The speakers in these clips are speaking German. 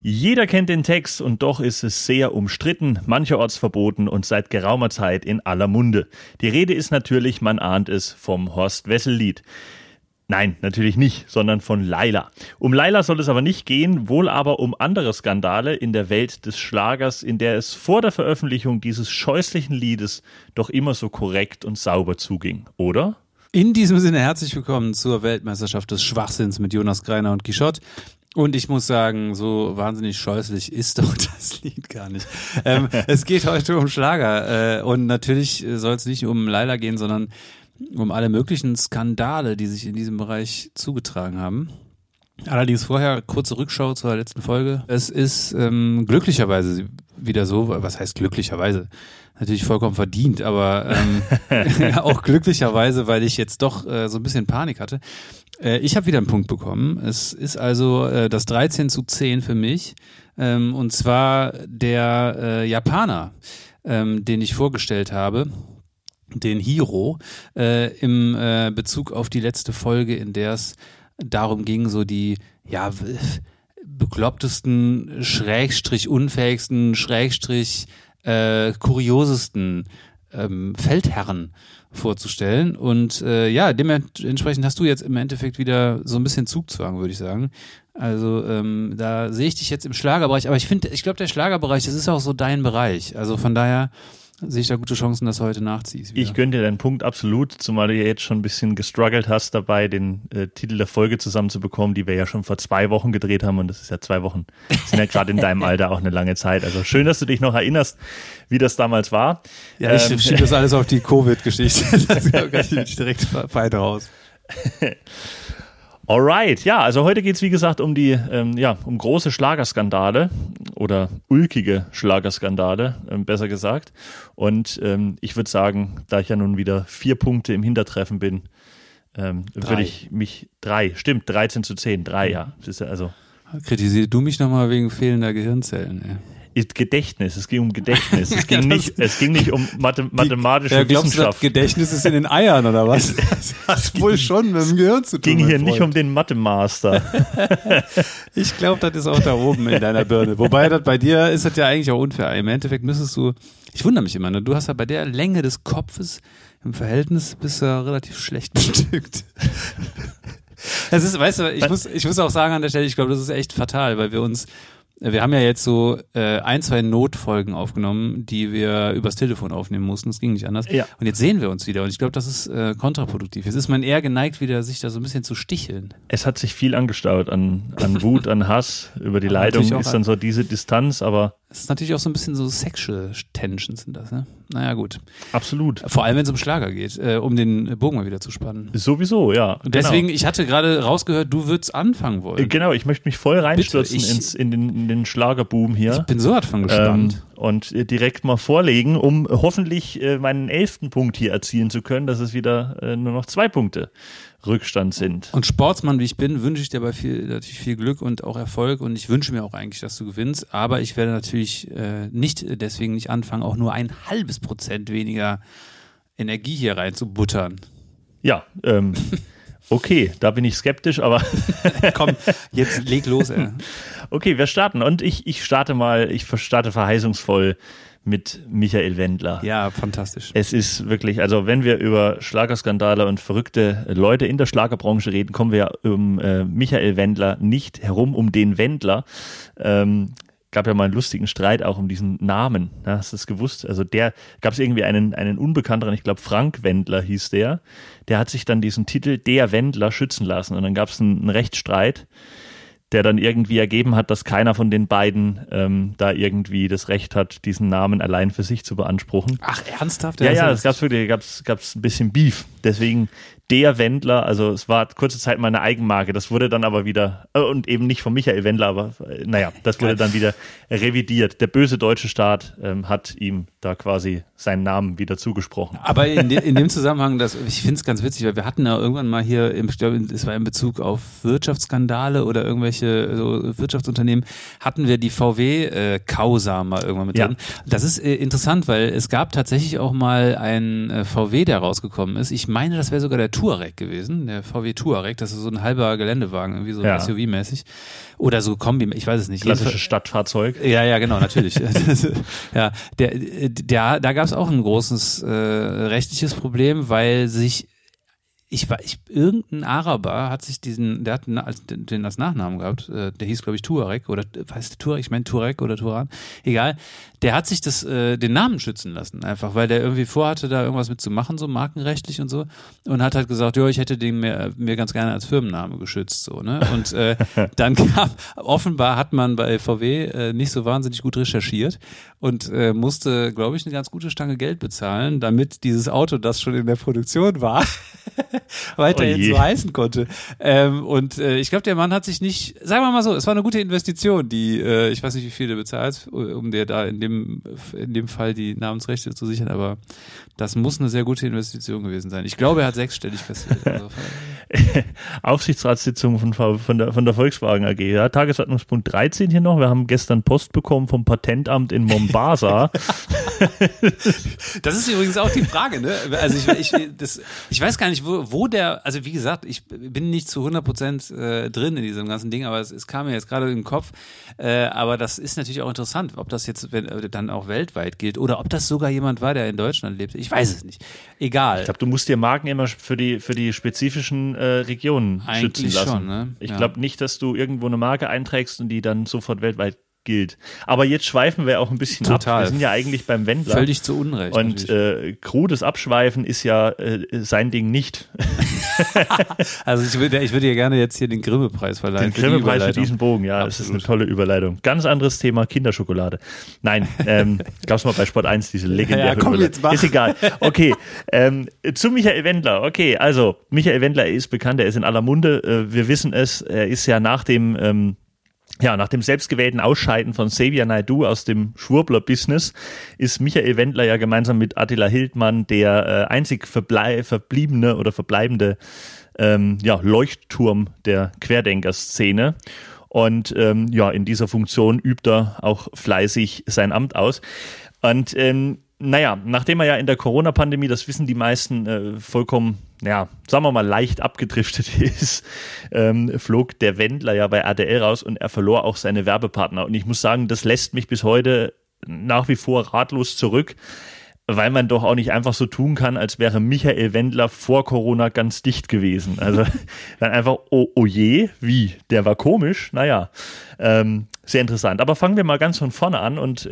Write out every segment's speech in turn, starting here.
Jeder kennt den Text und doch ist es sehr umstritten, mancherorts verboten und seit geraumer Zeit in aller Munde. Die Rede ist natürlich, man ahnt es, vom Horst-Wessel-Lied. Nein, natürlich nicht, sondern von Laila. Um Laila soll es aber nicht gehen, wohl aber um andere Skandale in der Welt des Schlagers, in der es vor der Veröffentlichung dieses scheußlichen Liedes doch immer so korrekt und sauber zuging, oder? In diesem Sinne herzlich willkommen zur Weltmeisterschaft des Schwachsinns mit Jonas Greiner und Quichotte. Und ich muss sagen, so wahnsinnig scheußlich ist doch das Lied gar nicht. Es geht heute um Schlager und natürlich soll es nicht um Laila gehen, sondern um alle möglichen Skandale, die sich in diesem Bereich zugetragen haben. Allerdings vorher kurze Rückschau zur letzten Folge. Es ist glücklicherweise wieder so, was heißt glücklicherweise? Natürlich vollkommen verdient, aber auch glücklicherweise, weil ich jetzt doch so ein bisschen Panik hatte. Ich habe wieder einen Punkt bekommen. Es ist also das 13:10 für mich. Und zwar der Japaner, den ich vorgestellt habe, den Hiro, im Bezug auf die letzte Folge, in der es darum ging, so die beklopptesten, Schrägstrich unfähigsten, Schrägstrich kuriosesten Feldherren vorzustellen. Und dementsprechend hast du jetzt im Endeffekt wieder so ein bisschen Zugzwang, würde ich sagen. Also da sehe ich dich jetzt im Schlagerbereich, aber ich glaube, der Schlagerbereich, das ist auch so dein Bereich. Also von daher sehe ich da gute Chancen, dass du heute nachziehst. Wieder. Ich gönne dir deinen Punkt absolut, zumal du ja jetzt schon ein bisschen gestruggelt hast dabei, den Titel der Folge zusammenzubekommen, die wir ja schon vor 2 Wochen gedreht haben und das ist ja 2 Wochen. Das sind ja gerade in deinem Alter auch eine lange Zeit. Also schön, dass du dich noch erinnerst, wie das damals war. Ja, ich schiebe das alles auf die Covid-Geschichte. Das kann ich nicht direkt weiter raus. Alright, ja, also heute geht's wie gesagt um die, um große Schlagerskandale oder ulkige Schlagerskandale, besser gesagt. Und ich würde sagen, da ich ja nun wieder 4 Punkte im Hintertreffen bin, würde ich mich 13:10, 3, ja. Das ist ja also. Kritisier du mich nochmal wegen fehlender Gehirnzellen, ey. Gedächtnis, es ging um Gedächtnis. Es ging nicht um mathematische Wissenschaft. Glaubst du, das Gedächtnis ist in den Eiern, oder was? Das hat wohl schon mit dem Gehirn zu tun. Es ging hier nicht um den Mathe-Master. Ich glaube, das ist auch da oben in deiner Birne. Wobei, das bei dir ist das ja eigentlich auch unfair. Im Endeffekt müsstest du, ich wundere mich immer, ne? Du hast ja bei der Länge des Kopfes im Verhältnis bist du ja relativ schlecht bestückt. Das ist, weißt du, ich muss auch sagen an der Stelle, ich glaube, das ist echt fatal, weil wir haben ja jetzt so 1, 2 Notfolgen aufgenommen, die wir übers Telefon aufnehmen mussten. Das ging nicht anders. Ja. Und jetzt sehen wir uns wieder. Und ich glaube, das ist kontraproduktiv. Jetzt ist man eher geneigt, wieder sich da so ein bisschen zu sticheln. Es hat sich viel angestaut an Wut, an Hass. Über die Leitung ist dann so diese Distanz, aber es ist natürlich auch so ein bisschen so Sexual Tensions sind das, ne? Naja, gut. Absolut. Vor allem, wenn es um Schlager geht, um den Bogen mal wieder zu spannen. Sowieso, ja. Und deswegen, ich hatte gerade rausgehört, du würdest anfangen wollen. Genau, ich möchte mich voll reinstürzen in den Schlagerboom hier. Ich bin so hart von gespannt. Und direkt mal vorlegen, um hoffentlich meinen 11. Punkt hier erzielen zu können, dass es wieder nur noch 2 Punkte Rückstand sind. Und Sportsmann, wie ich bin, wünsche ich dir natürlich viel Glück und auch Erfolg und ich wünsche mir auch eigentlich, dass du gewinnst, aber ich werde natürlich deswegen nicht anfangen, auch nur 0,5% weniger Energie hier reinzubuttern. Ja, okay, da bin ich skeptisch, aber komm, jetzt leg los, ey. Okay, wir starten und ich starte verheißungsvoll mit Michael Wendler. Ja, fantastisch. Es ist wirklich, also wenn wir über Schlagerskandale und verrückte Leute in der Schlagerbranche reden, kommen wir um Michael Wendler nicht herum, um den Wendler. Gab ja mal einen lustigen Streit auch um diesen Namen. Ja, hast du es gewusst? Also gab es irgendwie einen unbekannteren, ich glaube Frank Wendler hieß der hat sich dann diesen Titel Der Wendler schützen lassen und dann gab es einen Rechtsstreit, der dann irgendwie ergeben hat, dass keiner von den beiden da irgendwie das Recht hat, diesen Namen allein für sich zu beanspruchen. Ach, ernsthaft? Ja, es gab's ein bisschen Beef. Deswegen Der Wendler, also es war kurze Zeit mal eine Eigenmarke, das wurde dann aber wieder, und eben nicht von Michael Wendler, aber das wurde dann wieder revidiert. Der böse deutsche Staat hat ihm da quasi seinen Namen wieder zugesprochen. Aber in dem Zusammenhang, ich finde es ganz witzig, weil wir hatten ja irgendwann mal hier, ich glaube, es war in Bezug auf Wirtschaftsskandale oder irgendwelche so Wirtschaftsunternehmen, hatten wir die VW-Causa mal irgendwann mit drin. Das ist interessant, weil es gab tatsächlich auch mal einen VW, der rausgekommen ist. Ich meine, das wäre sogar der Touareg gewesen, der VW Touareg, das ist so ein halber Geländewagen, irgendwie so SUV-mäßig. Oder so Kombi, ich weiß es nicht. Klassisches Stadtfahrzeug. Ja, genau, natürlich. Ja, da gab es auch ein großes rechtliches Problem, weil sich irgendein Araber hat sich der hat den als Nachnamen gehabt, der hieß, glaube ich, Touareg oder heißt der Touareg, ich meine Touareg oder Turan, egal, der hat sich den Namen schützen lassen, einfach, weil der irgendwie vorhatte, da irgendwas mitzumachen, so markenrechtlich und so, und hat halt gesagt, ich hätte den mir ganz gerne als Firmenname geschützt, so, ne, und dann offenbar hat man bei VW nicht so wahnsinnig gut recherchiert und musste, glaube ich, eine ganz gute Stange Geld bezahlen, damit dieses Auto, das schon in der Produktion war, weiterhin so heißen konnte. Ich glaube, der Mann hat sich nicht, sagen wir mal so, es war eine gute Investition, die, ich weiß nicht, wie viel du bezahlst, um dir da in dem Fall die Namensrechte zu sichern, aber das muss eine sehr gute Investition gewesen sein. Ich glaube, er hat 6-stellig kassiert. Also, Aufsichtsratssitzung von der Volkswagen AG. Ja, Tagesordnungspunkt 13 hier noch. Wir haben gestern Post bekommen vom Patentamt in Mombasa. Das ist übrigens auch die Frage, ne? Also ich weiß gar nicht, wo der, also wie gesagt, ich bin nicht zu 100% drin in diesem ganzen Ding, aber es kam mir jetzt gerade in den Kopf. Aber das ist natürlich auch interessant, ob das jetzt dann auch weltweit gilt oder ob das sogar jemand war, der in Deutschland lebte. Ich weiß es nicht. Egal. Ich glaube, du musst dir Marken immer für die spezifischen Regionen schützen lassen. Schon, ne? Ich glaube nicht, dass du irgendwo eine Marke einträgst und die dann sofort weltweit gilt. Aber jetzt schweifen wir auch ein bisschen ab. Wir sind ja eigentlich beim Wendler. Völlig zu Unrecht. Und krudes Abschweifen ist ja sein Ding nicht. Also ich würde dir gerne jetzt hier den Grimme-Preis verleihen. Den Grimme-Preis für diesen Bogen, ja. Absolut. Das ist eine tolle Überleitung. Ganz anderes Thema, Kinderschokolade. Nein, gab es mal bei Sport 1 diese legendäre Überleitung. Jetzt mach. Ist egal. Okay, zu Michael Wendler. Okay, also Michael Wendler ist bekannt, er ist in aller Munde. Wir wissen es, er ist ja nach dem selbstgewählten Ausscheiden von Xavier Naidoo aus dem Schwurbler-Business ist Michael Wendler ja gemeinsam mit Attila Hildmann der einzig verbleibende Leuchtturm der Querdenker-Szene. Und in dieser Funktion übt er auch fleißig sein Amt aus. Und nachdem er ja in der Corona-Pandemie, das wissen die meisten, vollkommen, sagen wir mal, leicht abgedriftet ist, flog der Wendler ja bei RTL raus und er verlor auch seine Werbepartner. Und ich muss sagen, das lässt mich bis heute nach wie vor ratlos zurück, weil man doch auch nicht einfach so tun kann, als wäre Michael Wendler vor Corona ganz dicht gewesen. Also dann einfach, oh je, wie? Der war komisch? Sehr interessant. Aber fangen wir mal ganz von vorne an und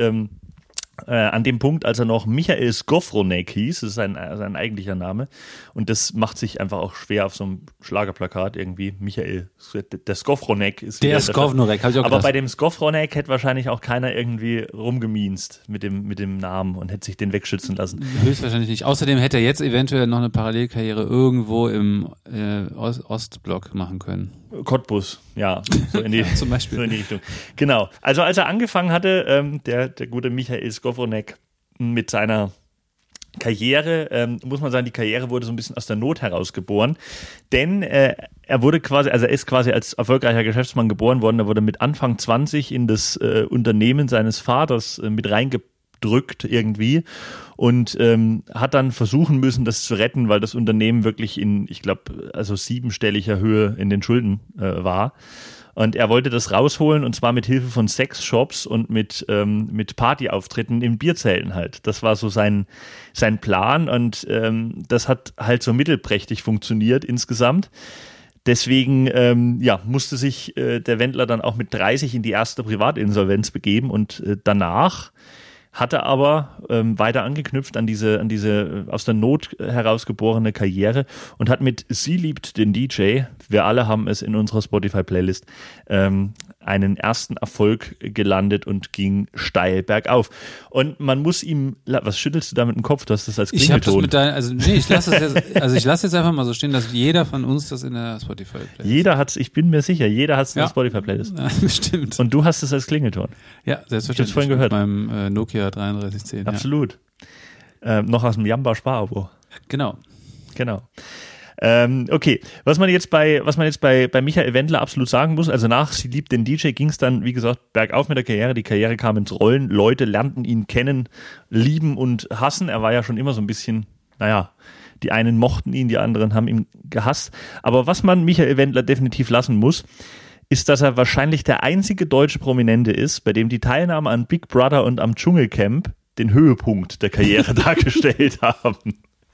an dem Punkt, als er noch Michael Skowronek hieß, das ist sein eigentlicher Name, und das macht sich einfach auch schwer auf so einem Schlagerplakat irgendwie. Michael, der Skowronek ist der Skowronek, habe ich auch aber gedacht. bei dem Skowronek hätte wahrscheinlich auch keiner irgendwie rumgemienst mit dem Namen und hätte sich den wegschützen lassen. Höchstwahrscheinlich nicht. Außerdem hätte er jetzt eventuell noch eine Parallelkarriere irgendwo im Ostblock machen können. Cottbus, ja, so in die, zum Beispiel. So in die Richtung. Genau. Also als er angefangen hatte, der gute Michael Skowronek mit seiner Karriere, muss man sagen, die Karriere wurde so ein bisschen aus der Not heraus geboren, denn er ist quasi als erfolgreicher Geschäftsmann geboren worden, er wurde mit Anfang 20 in das Unternehmen seines Vaters mit reingedrückt irgendwie und hat dann versuchen müssen, das zu retten, weil das Unternehmen wirklich in, ich glaube, also 7-stelliger Höhe in den Schulden war. Und er wollte das rausholen und zwar mit Hilfe von Sexshops und mit Partyauftritten in Bierzelten halt. Das war so sein Plan und das hat halt so mittelprächtig funktioniert insgesamt. Deswegen musste sich der Wendler dann auch mit 30 in die erste Privatinsolvenz begeben und danach hat er aber weiter angeknüpft an diese aus der Not herausgeborene Karriere und hat mit Sie liebt den DJ, wir alle haben es in unserer Spotify-Playlist, einen ersten Erfolg gelandet und ging steil bergauf. Und man muss ihm, was schüttelst du da mit dem Kopf? Du hast das als Klingelton. Ich lasse jetzt einfach mal so stehen, dass jeder von uns das in der Spotify-Playlist. Ich bin mir sicher, jeder hat es in der Spotify-Playlist. Ja, bestimmt. Und du hast es als Klingelton. Ja, selbstverständlich. Ich hab's vorhin gehört. Mit meinem Nokia 3310. Absolut. Ja. Noch aus dem Jamba-Sparabo. Genau. Okay, was man jetzt bei Michael Wendler absolut sagen muss, also nach Sie liebt den DJ ging es dann, wie gesagt, bergauf mit der Karriere. Die Karriere kam ins Rollen, Leute lernten ihn kennen, lieben und hassen. Er war ja schon immer so ein bisschen, die einen mochten ihn, die anderen haben ihn gehasst. Aber was man Michael Wendler definitiv lassen muss, ist, dass er wahrscheinlich der einzige deutsche Prominente ist, bei dem die Teilnahme an Big Brother und am Dschungelcamp den Höhepunkt der Karriere dargestellt haben.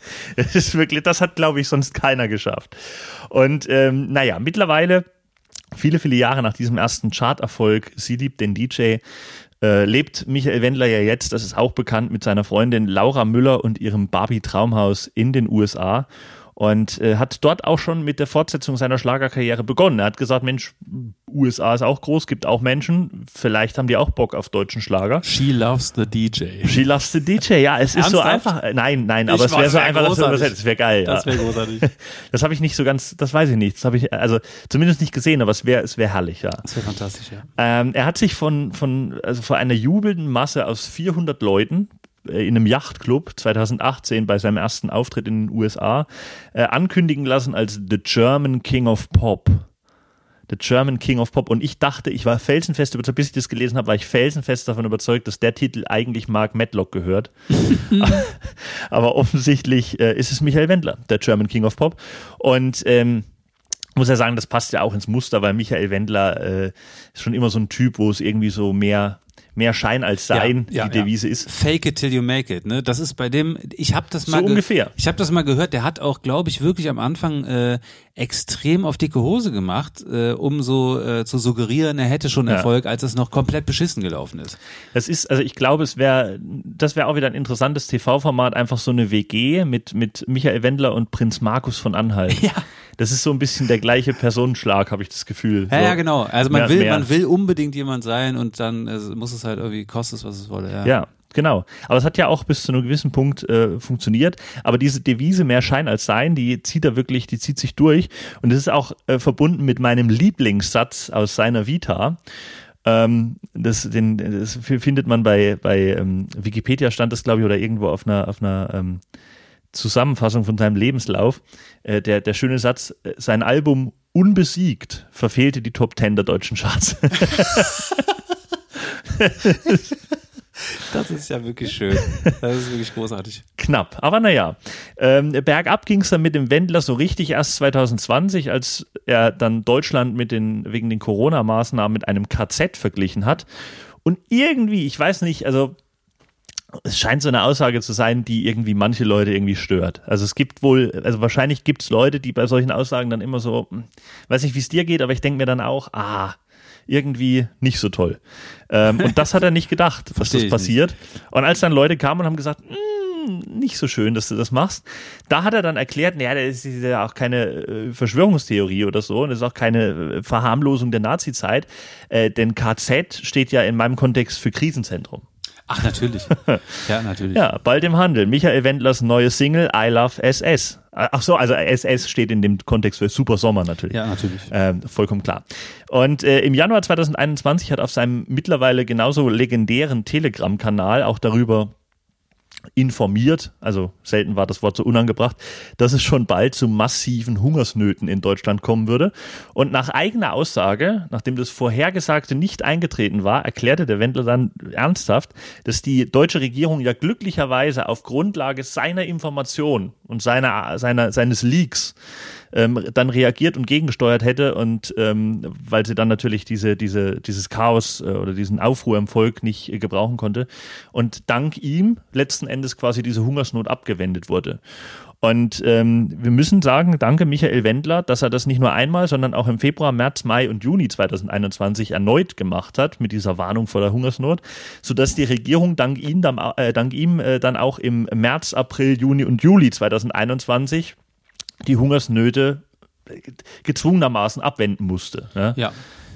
Das hat, glaube ich, sonst keiner geschafft. Und mittlerweile, viele, viele Jahre nach diesem ersten Charterfolg, Sie liebt den DJ, lebt Michael Wendler ja jetzt, das ist auch bekannt, mit seiner Freundin Laura Müller und ihrem Barbie-Traumhaus in den USA. Und hat dort auch schon mit der Fortsetzung seiner Schlagerkarriere begonnen. Er hat gesagt, Mensch, USA ist auch groß, gibt auch Menschen, vielleicht haben die auch Bock auf deutschen Schlager. She loves the DJ. She loves the DJ, ja, es ist so einfach. Nein, aber es wäre so einfach, dass du übersetzt. Das wäre geil. Das wäre großartig. Das habe ich nicht so ganz, das weiß ich nicht. Das habe ich also zumindest nicht gesehen, aber es wäre herrlich, ja. Das wäre fantastisch, ja. Er hat sich vor einer jubelnden Masse aus 400 Leuten in einem Yachtclub 2018 bei seinem ersten Auftritt in den USA ankündigen lassen als The German King of Pop. The German King of Pop. Und ich dachte, ich war felsenfest überzeugt, bis ich das gelesen habe, war ich felsenfest davon überzeugt, dass der Titel eigentlich Mark Medlock gehört. Aber offensichtlich ist es Michael Wendler, der German King of Pop. Und muss ja sagen, das passt ja auch ins Muster, weil Michael Wendler ist schon immer so ein Typ, wo es irgendwie so mehr Schein als Sein die Devise ist. Fake it till you make it, ne? Das ist bei dem, ich habe das mal so ungefähr. Ich habe das mal gehört, der hat auch, glaube ich, wirklich am Anfang extrem auf dicke Hose gemacht, um so zu suggerieren, er hätte schon Erfolg, als es noch komplett beschissen gelaufen ist. Das ist, also ich glaube, das wäre auch wieder ein interessantes TV-Format, einfach so eine WG mit Michael Wendler und Prinz Markus von Anhalt. Ja. Das ist so ein bisschen der gleiche Personenschlag, habe ich das Gefühl. Ja, so ja, genau. Also man will unbedingt jemand sein und dann muss es halt irgendwie kosten, was es wolle. Ja, genau. Aber es hat ja auch bis zu einem gewissen Punkt funktioniert. Aber diese Devise mehr Schein als Sein, die zieht sich durch. Und das ist auch verbunden mit meinem Lieblingssatz aus seiner Vita. Das findet man bei Wikipedia, stand das, glaube ich, oder irgendwo auf einer Zusammenfassung von seinem Lebenslauf. Der schöne Satz, sein Album Unbesiegt verfehlte die Top 10 der deutschen Charts. Das ist ja wirklich schön. Das ist wirklich großartig. Knapp, aber naja. Bergab ging es dann mit dem Wendler so richtig erst 2020, als er dann Deutschland wegen den Corona-Maßnahmen mit einem KZ verglichen hat. Und irgendwie, ich weiß nicht, also es scheint so eine Aussage zu sein, die irgendwie manche Leute irgendwie stört. Also wahrscheinlich gibt es Leute, die bei solchen Aussagen dann immer so, weiß nicht, wie es dir geht, aber ich denke mir dann auch, irgendwie nicht so toll. Und das hat er nicht gedacht, dass das passiert. Nicht. Und als dann Leute kamen und haben gesagt, nicht so schön, dass du das machst, da hat er dann erklärt, das ist ja auch keine Verschwörungstheorie oder so und das ist auch keine Verharmlosung der Nazi-Zeit, denn KZ steht ja in meinem Kontext für Krisenzentrum. Ach, natürlich. Ja, natürlich. Ja, bald im Handel. Michael Wendlers neue Single I Love SS. Ach so, also SS steht in dem Kontext für Super Sommer natürlich. Ja, natürlich. Vollkommen klar. Und im Januar 2021 hat auf seinem mittlerweile genauso legendären Telegram-Kanal auch darüber informiert, also selten war das Wort so unangebracht, dass es schon bald zu massiven Hungersnöten in Deutschland kommen würde. Und nach eigener Aussage, nachdem das Vorhergesagte nicht eingetreten war, erklärte der Wendler dann ernsthaft, dass die deutsche Regierung ja glücklicherweise auf Grundlage seiner Information und seines Leaks dann reagiert und gegengesteuert hätte und weil sie dann natürlich dieses Chaos oder diesen Aufruhr im Volk nicht gebrauchen konnte und dank ihm letzten Endes quasi diese Hungersnot abgewendet wurde. Und wir müssen sagen, danke Michael Wendler, dass er das nicht nur einmal, sondern auch im Februar, März, Mai und Juni 2021 erneut gemacht hat mit dieser Warnung vor der Hungersnot, sodass die Regierung dank ihm dann auch im März, April, Juni und Juli 2021 die Hungersnöte gezwungenermaßen abwenden musste. Ne? Ja.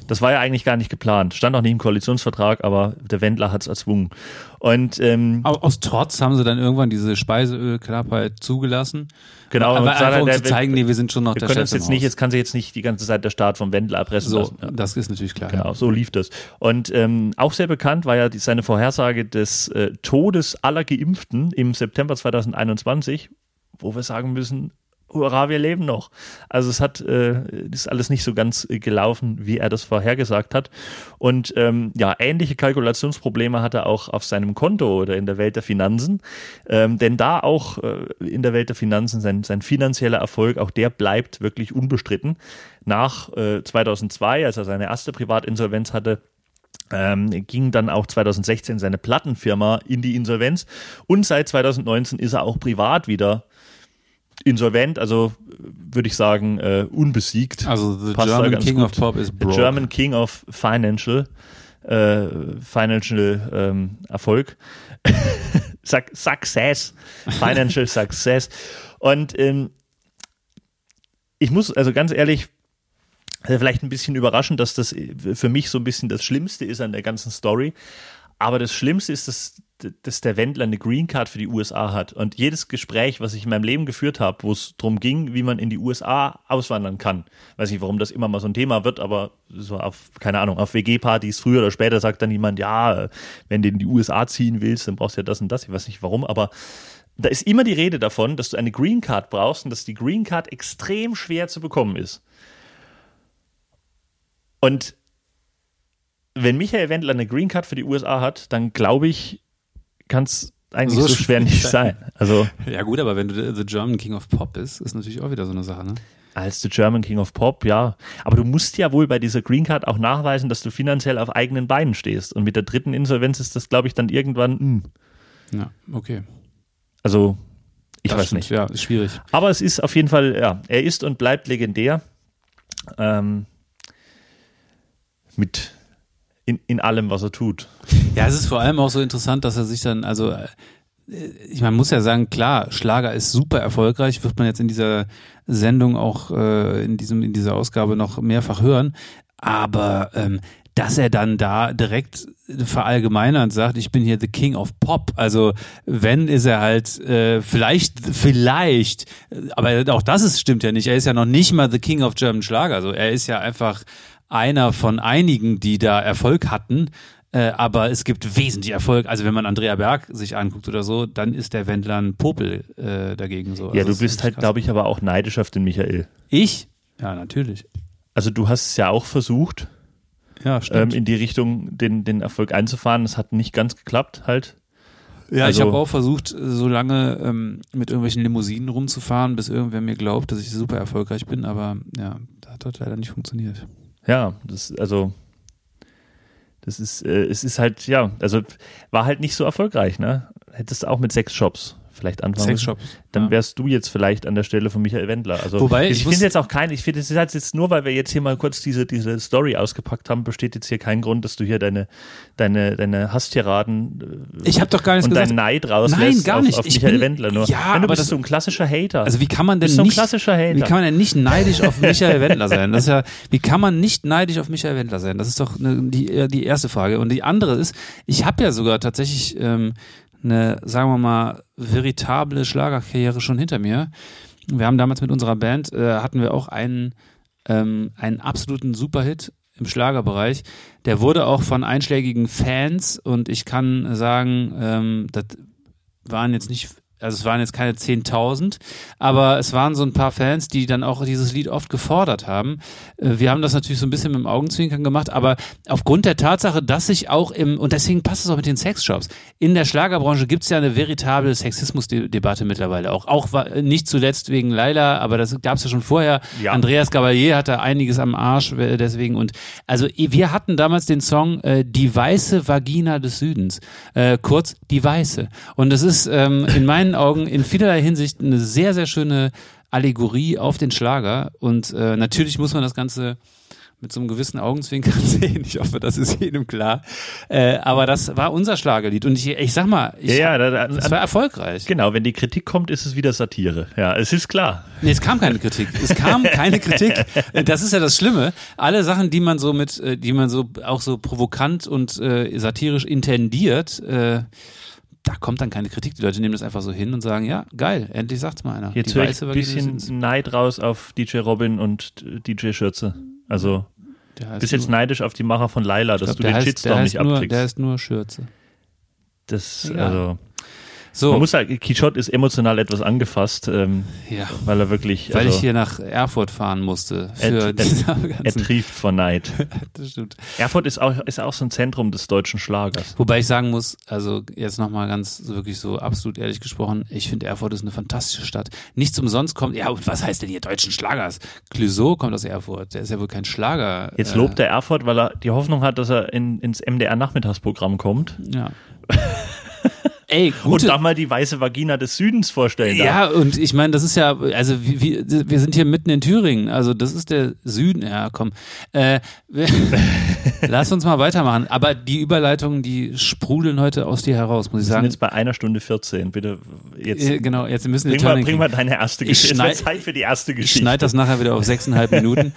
Das war ja eigentlich gar nicht geplant. Stand auch nicht im Koalitionsvertrag, aber der Wendler hat es erzwungen. Und aus Trotz haben sie dann irgendwann diese Speiseölknappheit zugelassen. Genau. Aber einfach um zu zeigen, nee, wir sind schon noch der Chef im Haus. Jetzt kann sich jetzt nicht die ganze Zeit der Staat vom Wendler erpressen lassen. Ja. Das ist natürlich klar. Genau, so lief das. Und auch sehr bekannt war ja seine Vorhersage des Todes aller Geimpften im September 2021, wo wir sagen müssen, hurra, wir leben noch. Also es ist alles nicht so ganz gelaufen, wie er das vorhergesagt hat. Und ähnliche Kalkulationsprobleme hat er auch auf seinem Konto oder in der Welt der Finanzen. Denn da auch in der Welt der Finanzen sein finanzieller Erfolg, auch der bleibt wirklich unbestritten. Nach 2002, als er seine erste Privatinsolvenz hatte, ging dann auch 2016 seine Plattenfirma in die Insolvenz. Und seit 2019 ist er auch privat wieder insolvent, also würde ich sagen unbesiegt. Also the German King of Pop is broke. The German King of Financial Erfolg. Success. Financial Success. Und ich muss, also ganz ehrlich, vielleicht ein bisschen überraschend, dass das für mich so ein bisschen das Schlimmste ist an der ganzen Story. Aber das Schlimmste ist, dass der Wendler eine Green Card für die USA hat. Und jedes Gespräch, was ich in meinem Leben geführt habe, wo es darum ging, wie man in die USA auswandern kann, weiß nicht, warum das immer mal so ein Thema wird, aber so auf, keine Ahnung, auf WG-Partys früher oder später sagt dann jemand, ja, wenn du in die USA ziehen willst, dann brauchst du ja das und das. Ich weiß nicht warum, aber da ist immer die Rede davon, dass du eine Green Card brauchst und dass die Green Card extrem schwer zu bekommen ist. Und wenn Michael Wendler eine Green Card für die USA hat, dann glaube ich, kann es eigentlich so schwer nicht sein. Also, ja gut, aber wenn du the German King of Pop bist, ist natürlich auch wieder so eine Sache, ne? Als the German King of Pop, ja. Aber du musst ja wohl bei dieser Green Card auch nachweisen, dass du finanziell auf eigenen Beinen stehst. Und mit der dritten Insolvenz ist das, glaube ich, dann irgendwann, Ja, okay. Also, ich das weiß stimmt, nicht. Ja, ist schwierig. Aber es ist auf jeden Fall, ja, er ist und bleibt legendär. Mit in allem, was er tut. Ja, es ist vor allem auch so interessant, dass er sich dann, also man muss ja sagen, klar, Schlager ist super erfolgreich, wird man jetzt in dieser Sendung auch in dieser Ausgabe noch mehrfach hören, aber dass er dann da direkt verallgemeinernd sagt, ich bin hier the King of Pop, also wenn ist er halt vielleicht, aber auch das stimmt ja nicht, er ist ja noch nicht mal the King of German Schlager, also er ist ja einfach einer von einigen, die da Erfolg hatten, aber es gibt wesentlich Erfolg. Also wenn man Andrea Berg sich anguckt oder so, dann ist der Wendler ein Popel dagegen so. Ja, also du bist halt, glaube ich, aber auch neidisch auf den Michael. Ich? Ja, natürlich. Also du hast es ja auch versucht, ja, stimmt. In die Richtung den Erfolg einzufahren. Das hat nicht ganz geklappt halt. Ja, also, ich habe auch versucht, so lange mit irgendwelchen Limousinen rumzufahren, bis irgendwer mir glaubt, dass ich super erfolgreich bin, aber ja, das hat leider nicht funktioniert. Ja, es ist halt, ja, also war halt nicht so erfolgreich, ne? Hättest du auch mit Sexshops vielleicht anfangen. Sexshops. Dann wärst du jetzt vielleicht an der Stelle von Michael Wendler. Also wobei ich finde jetzt auch ich finde es ist jetzt nur, weil wir jetzt hier mal kurz diese Story ausgepackt haben, besteht jetzt hier kein Grund, dass du hier deine Hasstiraden ich habe doch gar nichts und gesagt. deinen Neid rauslässt. Nein, gar nicht. auf Michael Wendler nur. Ja, du aber bist so ein klassischer Hater. Also wie kann man denn so ein klassischer Hater. Wie kann man denn nicht neidisch auf Michael Wendler sein? Das ist ja, wie kann man nicht neidisch auf Michael Wendler sein? Das ist doch die erste Frage. Und die andere ist, ich habe ja sogar tatsächlich eine, sagen wir mal, veritable Schlagerkarriere schon hinter mir. Wir haben damals mit unserer Band, hatten wir auch einen absoluten Superhit im Schlagerbereich. Der wurde auch von einschlägigen Fans, und ich kann sagen, das waren jetzt nicht, also es waren jetzt keine 10.000, aber es waren so ein paar Fans, die dann auch dieses Lied oft gefordert haben. Wir haben das natürlich so ein bisschen mit dem Augenzwinkern gemacht, aber aufgrund der Tatsache, dass sich auch und deswegen passt es auch mit den Sexshops, in der Schlagerbranche gibt es ja eine veritable Sexismusdebatte mittlerweile auch nicht zuletzt wegen Laila, aber das gab es ja schon vorher. Ja. Andreas Gabalier hatte einiges am Arsch deswegen, und also wir hatten damals den Song Die weiße Vagina des Südens, kurz Die Weiße, und das ist in meinen Augen in vielerlei Hinsicht eine sehr, sehr schöne Allegorie auf den Schlager, und natürlich muss man das Ganze mit so einem gewissen Augenzwinkern sehen. Ich hoffe, das ist jedem klar. Aber das war unser Schlagerlied. Und ich sag mal, das war erfolgreich. Genau, wenn die Kritik kommt, ist es wieder Satire. Ja, es ist klar. Nee, es kam keine Kritik. Das ist ja das Schlimme. Alle Sachen, die man so auch so provokant und satirisch intendiert, da kommt dann keine Kritik. Die Leute nehmen das einfach so hin und sagen, ja, geil, endlich sagt's mal einer. Jetzt höre ich ein bisschen Neid raus auf DJ Robin und DJ Schürze. Also, bist jetzt neidisch auf die Macher von Laila, dass du den Shitstorm nicht abkriegst. Der ist nur Schürze. So. Man muss sagen, Quichotte ist emotional etwas angefasst, weil er wirklich... Weil ich hier nach Erfurt fahren musste. Er trieft vor Neid. Das stimmt. Erfurt ist auch so ein Zentrum des deutschen Schlagers. Wobei ich sagen muss, also jetzt nochmal ganz wirklich so absolut ehrlich gesprochen, ich finde Erfurt ist eine fantastische Stadt. Nichts umsonst kommt, und was heißt denn hier deutschen Schlagers? Clouseau kommt aus Erfurt, der ist ja wohl kein Schlager. Jetzt lobt er Erfurt, weil er die Hoffnung hat, dass er ins MDR-Nachmittagsprogramm kommt. Ja. Ey, und da mal die weiße Vagina des Südens vorstellen darf. Ja, und ich meine, das ist ja, also wir sind hier mitten in Thüringen, also das ist der Süden. Ja, komm. Lass uns mal weitermachen. Aber die Überleitungen, die sprudeln heute aus dir heraus, muss ich sagen. Wir sind jetzt bei 1:14. Bitte jetzt. Genau, jetzt müssen wir bring mal deine erste Geschichte. Es wird Zeit für die erste Geschichte. Ich schneide das nachher wieder auf 6,5 Minuten.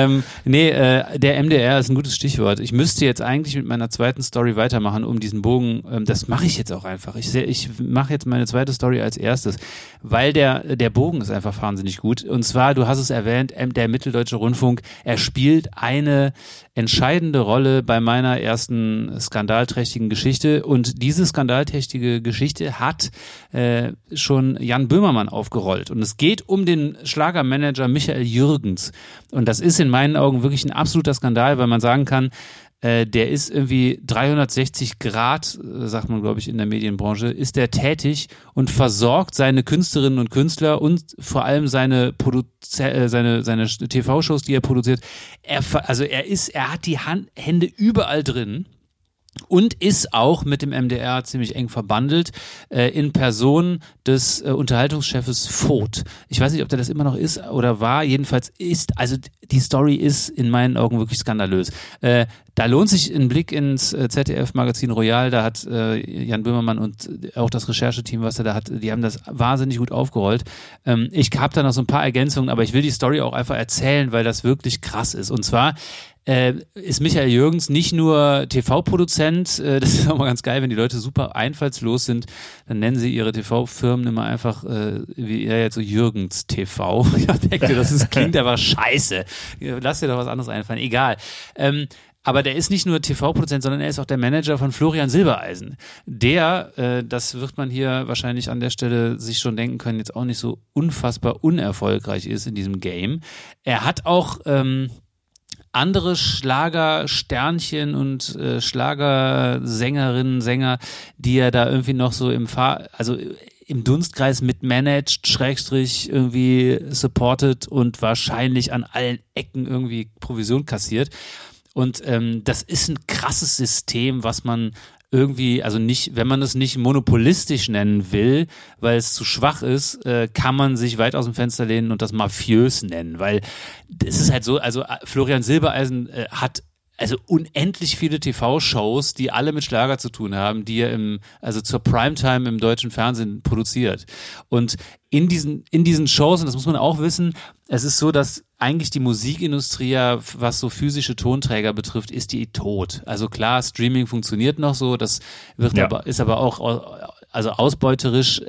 Der MDR ist ein gutes Stichwort. Ich müsste jetzt eigentlich mit meiner zweiten Story weitermachen, um diesen Bogen, das mache ich jetzt auch einfach. Ich mache jetzt meine zweite Story als erstes, weil der Bogen ist einfach wahnsinnig gut. Und zwar, du hast es erwähnt, der Mitteldeutsche Rundfunk, er spielt eine entscheidende Rolle bei meiner ersten skandalträchtigen Geschichte. Und diese skandalträchtige Geschichte hat schon Jan Böhmermann aufgerollt. Und es geht um den Schlagermanager Michael Jürgens. Und das ist in meinen Augen wirklich ein absoluter Skandal, weil man sagen kann, der ist irgendwie 360 Grad, sagt man, glaube ich, in der Medienbranche, ist der tätig und versorgt seine Künstlerinnen und Künstler und vor allem seine TV-Shows, die er produziert. Er hat die Hände überall drin. Und ist auch mit dem MDR ziemlich eng verbandelt in Person des Unterhaltungschefes Voth. Ich weiß nicht, ob der das immer noch ist oder war. Jedenfalls also die Story ist in meinen Augen wirklich skandalös. Da lohnt sich ein Blick ins ZDF-Magazin Royal. Da hat Jan Böhmermann und auch das Rechercheteam, was er da hat, die haben das wahnsinnig gut aufgerollt. Ich habe da noch so ein paar Ergänzungen, aber ich will die Story auch einfach erzählen, weil das wirklich krass ist. Und zwar ist Michael Jürgens nicht nur TV-Produzent, das ist auch mal ganz geil, wenn die Leute super einfallslos sind, dann nennen sie ihre TV-Firmen immer einfach, wie er jetzt so Jürgens TV. Ich denke, klingt aber scheiße. Lass dir doch was anderes einfallen, egal. Aber der ist nicht nur TV-Produzent, sondern er ist auch der Manager von Florian Silbereisen. Der, das wird man hier wahrscheinlich an der Stelle sich schon denken können, jetzt auch nicht so unfassbar unerfolgreich ist in diesem Game. Er hat auch andere Schlagersternchen und Schlagersängerinnen, Sänger, die er da irgendwie noch so im Dunstkreis mitmanagt, Schrägstrich irgendwie supportet und wahrscheinlich an allen Ecken irgendwie Provision kassiert. Und das ist ein krasses System, was man irgendwie, also nicht, wenn man es nicht monopolistisch nennen will, weil es zu schwach ist, kann man sich weit aus dem Fenster lehnen und das mafiös nennen, weil es ist halt so, also Florian Silbereisen hat also unendlich viele TV-Shows, die alle mit Schlager zu tun haben, die er zur Primetime im deutschen Fernsehen produziert. Und in diesen Shows, und das muss man auch wissen, es ist so, dass eigentlich die Musikindustrie ja, was so physische Tonträger betrifft, ist die tot. Also klar, Streaming funktioniert noch so, das ist aber auch ausbeuterisch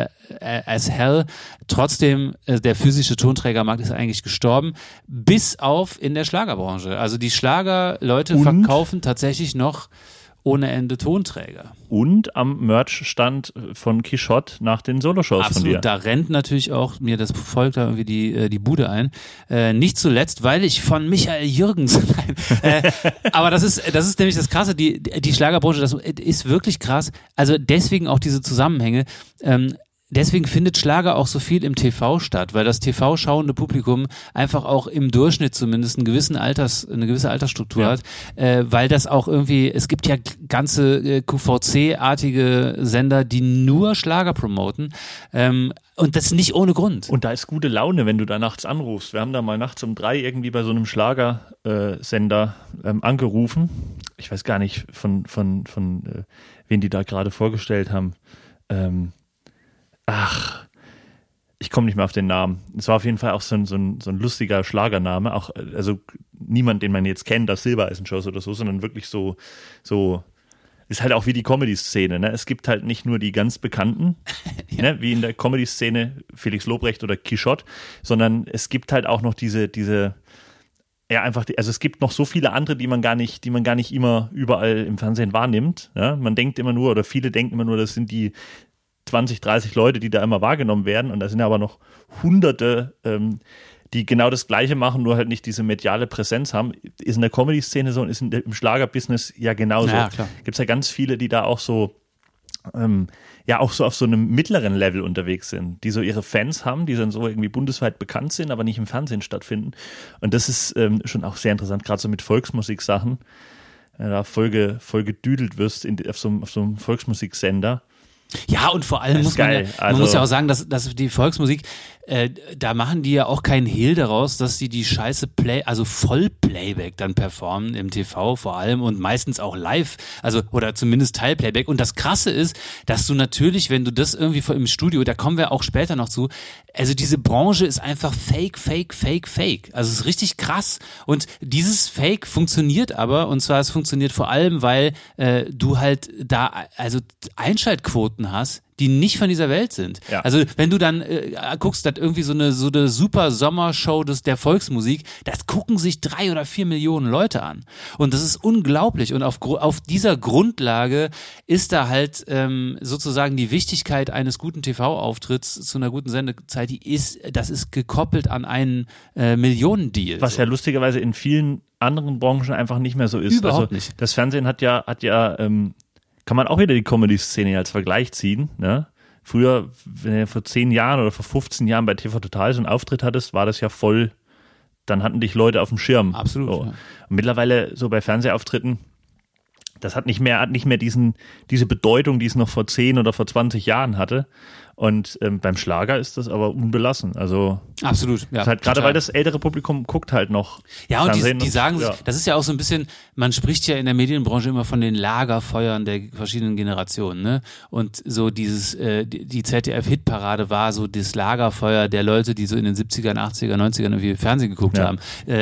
as hell. Trotzdem, der physische Tonträgermarkt ist eigentlich gestorben, bis auf in der Schlagerbranche. Also die Schlagerleute verkaufen tatsächlich noch ohne Ende Tonträger. Und am Merch-Stand von Quichotte nach den Soloshows von dir. Absolut, da rennt natürlich auch mir das folgt da irgendwie die Bude ein. Nicht zuletzt, weil ich von Michael Jürgens aber das ist nämlich das Krasse, die Schlagerbranche, das ist wirklich krass. Also deswegen auch diese Zusammenhänge. deswegen findet Schlager auch so viel im TV statt, weil das TV-schauende Publikum einfach auch im Durchschnitt zumindest eine gewisse Altersstruktur hat, weil das auch irgendwie, es gibt ja ganze QVC-artige Sender, die nur Schlager promoten, und das nicht ohne Grund. Und da ist gute Laune, wenn du da nachts anrufst. Wir haben da mal nachts um 3 irgendwie bei so einem Schlagersender angerufen. Ich weiß gar nicht, von wen die da gerade vorgestellt haben. Ich komme nicht mehr auf den Namen. Es war auf jeden Fall auch so ein lustiger Schlagername. Auch, also niemand, den man jetzt kennt aus Silbereisen-Shows oder so, sondern wirklich so ist halt auch wie die Comedy-Szene. Ne? Es gibt halt nicht nur die ganz Bekannten, ne? Wie in der Comedy-Szene Felix Lobrecht oder Quichotte, sondern es gibt halt auch noch diese also es gibt noch so viele andere, die man gar nicht immer überall im Fernsehen wahrnimmt. Ja? Man denkt immer nur, oder viele denken immer nur, das sind die 20, 30 Leute, die da immer wahrgenommen werden, und da sind aber noch Hunderte, die genau das Gleiche machen, nur halt nicht diese mediale Präsenz haben. Ist in der Comedy-Szene so und ist im Schlagerbusiness ja genauso. Ja, Gibt es ja ganz viele, die da auch so auch so auf so einem mittleren Level unterwegs sind, die so ihre Fans haben, die dann so irgendwie bundesweit bekannt sind, aber nicht im Fernsehen stattfinden. Und das ist schon auch sehr interessant, gerade so mit Volksmusiksachen. Da voll gedüdelt wirst auf so einem Volksmusiksender. Ja, und vor allem muss man muss ja auch sagen, dass die Volksmusik, da machen die ja auch keinen Hehl daraus, dass die Scheiße Vollplayback dann performen im TV vor allem und meistens auch live, also oder zumindest Teilplayback. Und das Krasse ist, dass du natürlich, wenn du das irgendwie im Studio, da kommen wir auch später noch zu, also diese Branche ist einfach Fake. Also es ist richtig krass. Und dieses Fake funktioniert aber, und zwar es funktioniert vor allem, weil du halt da also Einschaltquoten hast, die nicht von dieser Welt sind. Ja. Also wenn du dann guckst, dass irgendwie so eine super Sommershow der Volksmusik, das gucken sich 3 oder 4 Millionen Leute an. Und das ist unglaublich. Und auf dieser Grundlage ist da halt sozusagen die Wichtigkeit eines guten TV-Auftritts zu einer guten Sendezeit, das ist gekoppelt an einen Millionendeal. Was ja lustigerweise in vielen anderen Branchen einfach nicht mehr so ist. Überhaupt nicht. Das Fernsehen hat ja kann man auch wieder die Comedy-Szene als Vergleich ziehen. Ne? Früher, wenn du vor 10 Jahren oder vor 15 Jahren bei TV Total so einen Auftritt hattest, war das ja voll, dann hatten dich Leute auf dem Schirm. Absolut. So. Ja. Und mittlerweile so bei Fernsehauftritten, das hat nicht mehr diese Bedeutung, die es noch vor 10 oder vor 20 Jahren hatte. Und beim Schlager ist das aber unbelassen. Also absolut, ja. Halt gerade weil das ältere Publikum guckt halt noch. Ja, und die sagen sich, das ist ja auch so ein bisschen, man spricht ja in der Medienbranche immer von den Lagerfeuern der verschiedenen Generationen, ne? Und so dieses, die ZDF-Hitparade war so das Lagerfeuer der Leute, die so in den 70ern, 80ern, 90ern irgendwie Fernsehen geguckt haben.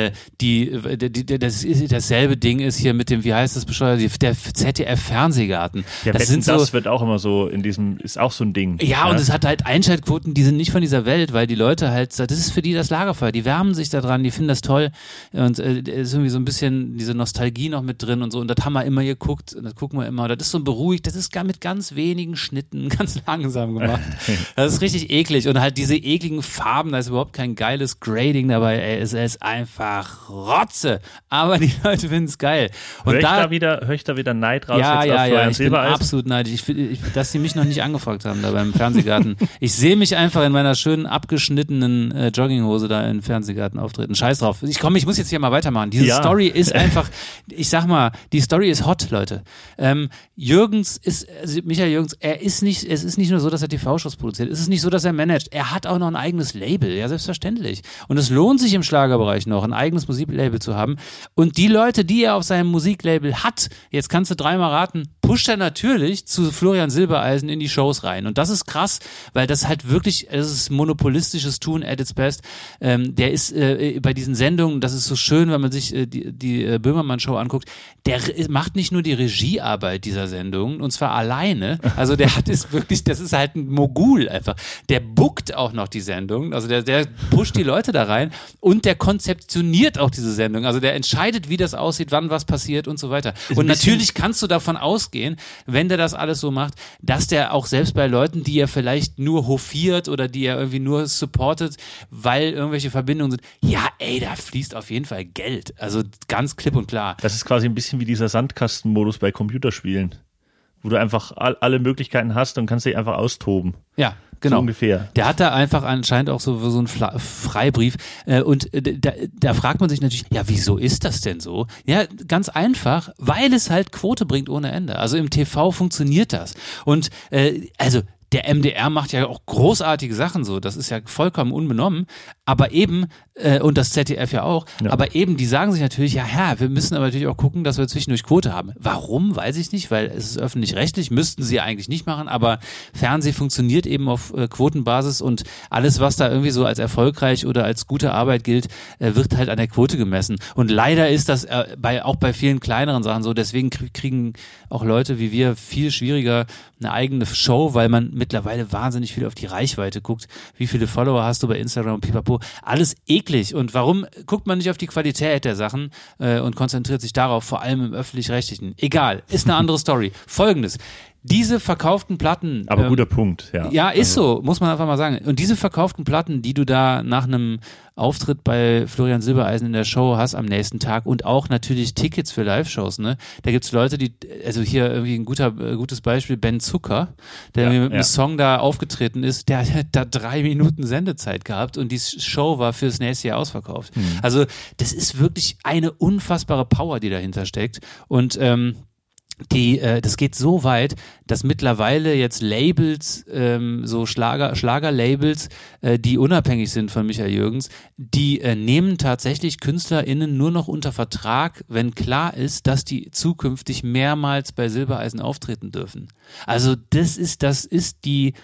Dasselbe Ding ist hier mit dem, wie heißt das bescheuert, der ZDF-Fernsehgarten. Ja, das wird auch immer so ist auch so ein Ding. Ja, und es hat halt Einschaltquoten, die sind nicht von dieser Welt, weil die Leute halt, das ist für die das Lagerfeuer, die wärmen sich da dran, die finden das toll und ist irgendwie so ein bisschen diese Nostalgie noch mit drin und so, und das haben wir immer geguckt und das gucken wir immer, das ist so beruhigt, das ist mit ganz wenigen Schnitten, ganz langsam gemacht. Das ist richtig eklig und halt diese ekligen Farben, da ist überhaupt kein geiles Grading dabei, es ist einfach Rotze, aber die Leute finden es geil. Und höre ich da wieder Neid raus ja, jetzt auf Florian ich bin Silbereisen? absolut neidisch, dass sie mich noch nicht angefragt haben da beim Fernsehgarten. Ich sehe mich einfach in meiner schönen abgeschnittenen Jogginghose da im Fernsehgarten auftreten. Scheiß drauf. Ich muss jetzt hier mal weitermachen. Diese Story ist einfach, ich sag mal, die Story ist hot, Leute. Michael Jürgens, es ist nicht nur so, dass er TV-Shows produziert. Es ist nicht so, dass er managt. Er hat auch noch ein eigenes Label. Ja, selbstverständlich. Und es lohnt sich im Schlagerbereich noch, ein eigenes Musiklabel zu haben. Und die Leute, die er auf seinem Musiklabel hat, jetzt kannst du 3-mal raten, pusht er natürlich zu Florian Silbereisen in die Shows rein. Und das ist krass, weil das halt wirklich, es ist monopolistisches Tun at its best. Der ist bei diesen Sendungen, das ist so schön, wenn man sich die Böhmermann-Show anguckt, der macht nicht nur die Regiearbeit dieser Sendung, und zwar alleine. Also das ist halt ein Mogul einfach. Der bookt auch noch die Sendung, also der pusht die Leute da rein und der konzeptioniert auch diese Sendung. Also der entscheidet, wie das aussieht, wann was passiert und so weiter. Und natürlich kannst du davon ausgehen, wenn der das alles so macht, dass der auch selbst bei Leuten, die er vielleicht nur hofiert oder die er irgendwie nur supportet, weil irgendwelche Verbindungen sind, da fließt auf jeden Fall Geld. Also ganz klipp und klar. Das ist quasi ein bisschen wie dieser Sandkastenmodus bei Computerspielen, wo du einfach alle Möglichkeiten hast und kannst dich einfach austoben. Ja, genau. So ungefähr. Der hat da einfach anscheinend auch so einen Freibrief. Und da fragt man sich natürlich, ja, wieso ist das denn so? Ja, ganz einfach, weil es halt Quote bringt ohne Ende. Also im TV funktioniert das. Und also der MDR macht ja auch großartige Sachen so, das ist ja vollkommen unbenommen, aber eben, und das ZDF ja auch, aber eben, die sagen sich natürlich, ja, wir müssen aber natürlich auch gucken, dass wir zwischendurch Quote haben. Warum? Weiß ich nicht, weil es ist öffentlich-rechtlich, müssten sie ja eigentlich nicht machen, aber Fernsehen funktioniert eben auf Quotenbasis und alles, was da irgendwie so als erfolgreich oder als gute Arbeit gilt, wird halt an der Quote gemessen. Und leider ist das auch bei vielen kleineren Sachen so, deswegen kriegen auch Leute wie wir viel schwieriger eine eigene Show, weil man mittlerweile wahnsinnig viel auf die Reichweite guckt. Wie viele Follower hast du bei Instagram und pipapo? Alles eklig. Und warum guckt man nicht auf die Qualität der Sachen und konzentriert sich darauf, vor allem im Öffentlich-Rechtlichen? Egal, ist eine andere Story. Folgendes. Diese verkauften Platten. Aber guter Punkt, ja. Ja, ist so, muss man einfach mal sagen. Und diese verkauften Platten, die du da nach einem Auftritt bei Florian Silbereisen in der Show hast am nächsten Tag und auch natürlich Tickets für Live-Shows, ne? Da gibt's Leute, die, also hier irgendwie ein gutes Beispiel, Ben Zucker, der mit einem Song da aufgetreten ist, der hat da 3 Minuten Sendezeit gehabt und die Show war fürs nächste Jahr ausverkauft. Also das ist wirklich eine unfassbare Power, die dahinter steckt. Und das geht so weit, dass mittlerweile jetzt Labels, so Schlagerlabels, die unabhängig sind von Michael Jürgens, die nehmen tatsächlich KünstlerInnen nur noch unter Vertrag, wenn klar ist, dass die zukünftig mehrmals bei Silbereisen auftreten dürfen. Also das ist die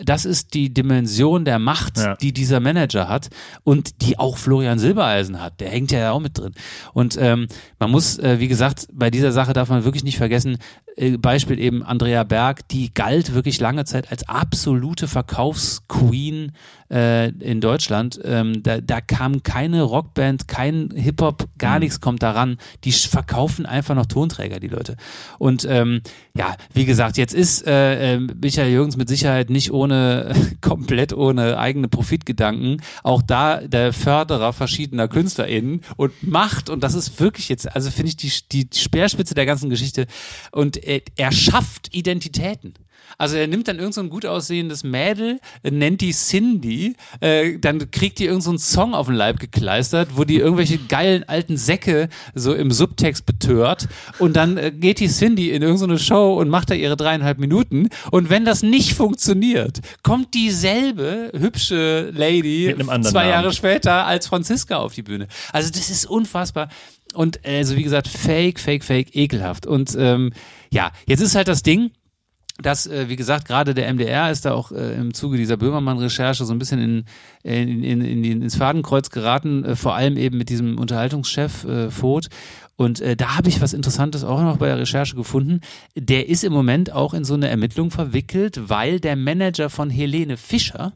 Dimension der Macht, die dieser Manager hat und die auch Florian Silbereisen hat. Der hängt ja auch mit drin. Und man muss, wie gesagt, bei dieser Sache darf man wirklich nicht vergessen, Beispiel eben Andrea Berg, die galt wirklich lange Zeit als absolute Verkaufsqueen in Deutschland. Da kam keine Rockband, kein Hip-Hop, gar nichts kommt daran. Die verkaufen einfach noch Tonträger, die Leute. Und wie gesagt, jetzt ist Michael Jürgens mit Sicherheit nicht komplett ohne eigene Profitgedanken. Auch da der Förderer verschiedener KünstlerInnen und Macht. Und das ist wirklich jetzt, also finde ich die Speerspitze der ganzen Geschichte. Und er schafft Identitäten. Also er nimmt dann irgend so ein gut aussehendes Mädel, nennt die Cindy, dann kriegt die irgend so einen Song auf den Leib gekleistert, wo die irgendwelche geilen alten Säcke so im Subtext betört und dann geht die Cindy in irgendeine Show und macht da ihre 3,5 Minuten und wenn das nicht funktioniert, kommt dieselbe hübsche Lady 2 Jahre später als Franziska auf die Bühne. Also das ist unfassbar. Und also wie gesagt, fake, ekelhaft. Und jetzt ist halt das Ding, dass, wie gesagt, gerade der MDR ist da auch im Zuge dieser Böhmermann-Recherche so ein bisschen ins Fadenkreuz geraten, vor allem eben mit diesem Unterhaltungschef Voth. Und da habe ich was Interessantes auch noch bei der Recherche gefunden. Der ist im Moment auch in so eine Ermittlung verwickelt, weil der Manager von Helene Fischer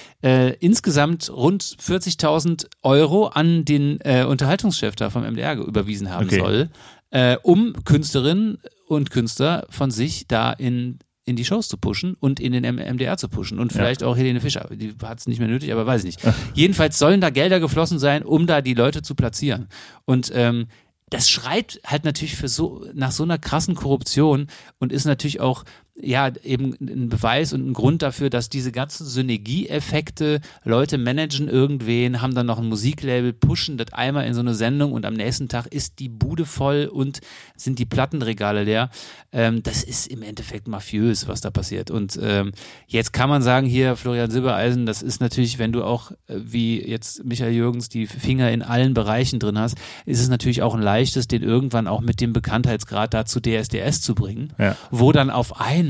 insgesamt rund 40.000 Euro an den Unterhaltungschef da vom MDR überwiesen haben soll, um Künstlerinnen und Künstler von sich da in die Shows zu pushen und in den MDR zu pushen und vielleicht auch Helene Fischer, die hat es nicht mehr nötig, aber weiß ich nicht. Jedenfalls sollen da Gelder geflossen sein, um da die Leute zu platzieren. Und das schreit halt natürlich nach so einer krassen Korruption und ist natürlich auch eben ein Beweis und ein Grund dafür, dass diese ganzen Synergieeffekte, Leute managen irgendwen, haben dann noch ein Musiklabel, pushen das einmal in so eine Sendung und am nächsten Tag ist die Bude voll und sind die Plattenregale leer. Das ist im Endeffekt mafiös, was da passiert. Und jetzt kann man sagen, hier Florian Silbereisen, das ist natürlich, wenn du auch wie jetzt Michael Jürgens die Finger in allen Bereichen drin hast, ist es natürlich auch ein leichtes, den irgendwann auch mit dem Bekanntheitsgrad dazu DSDS zu bringen, wo dann auf einmal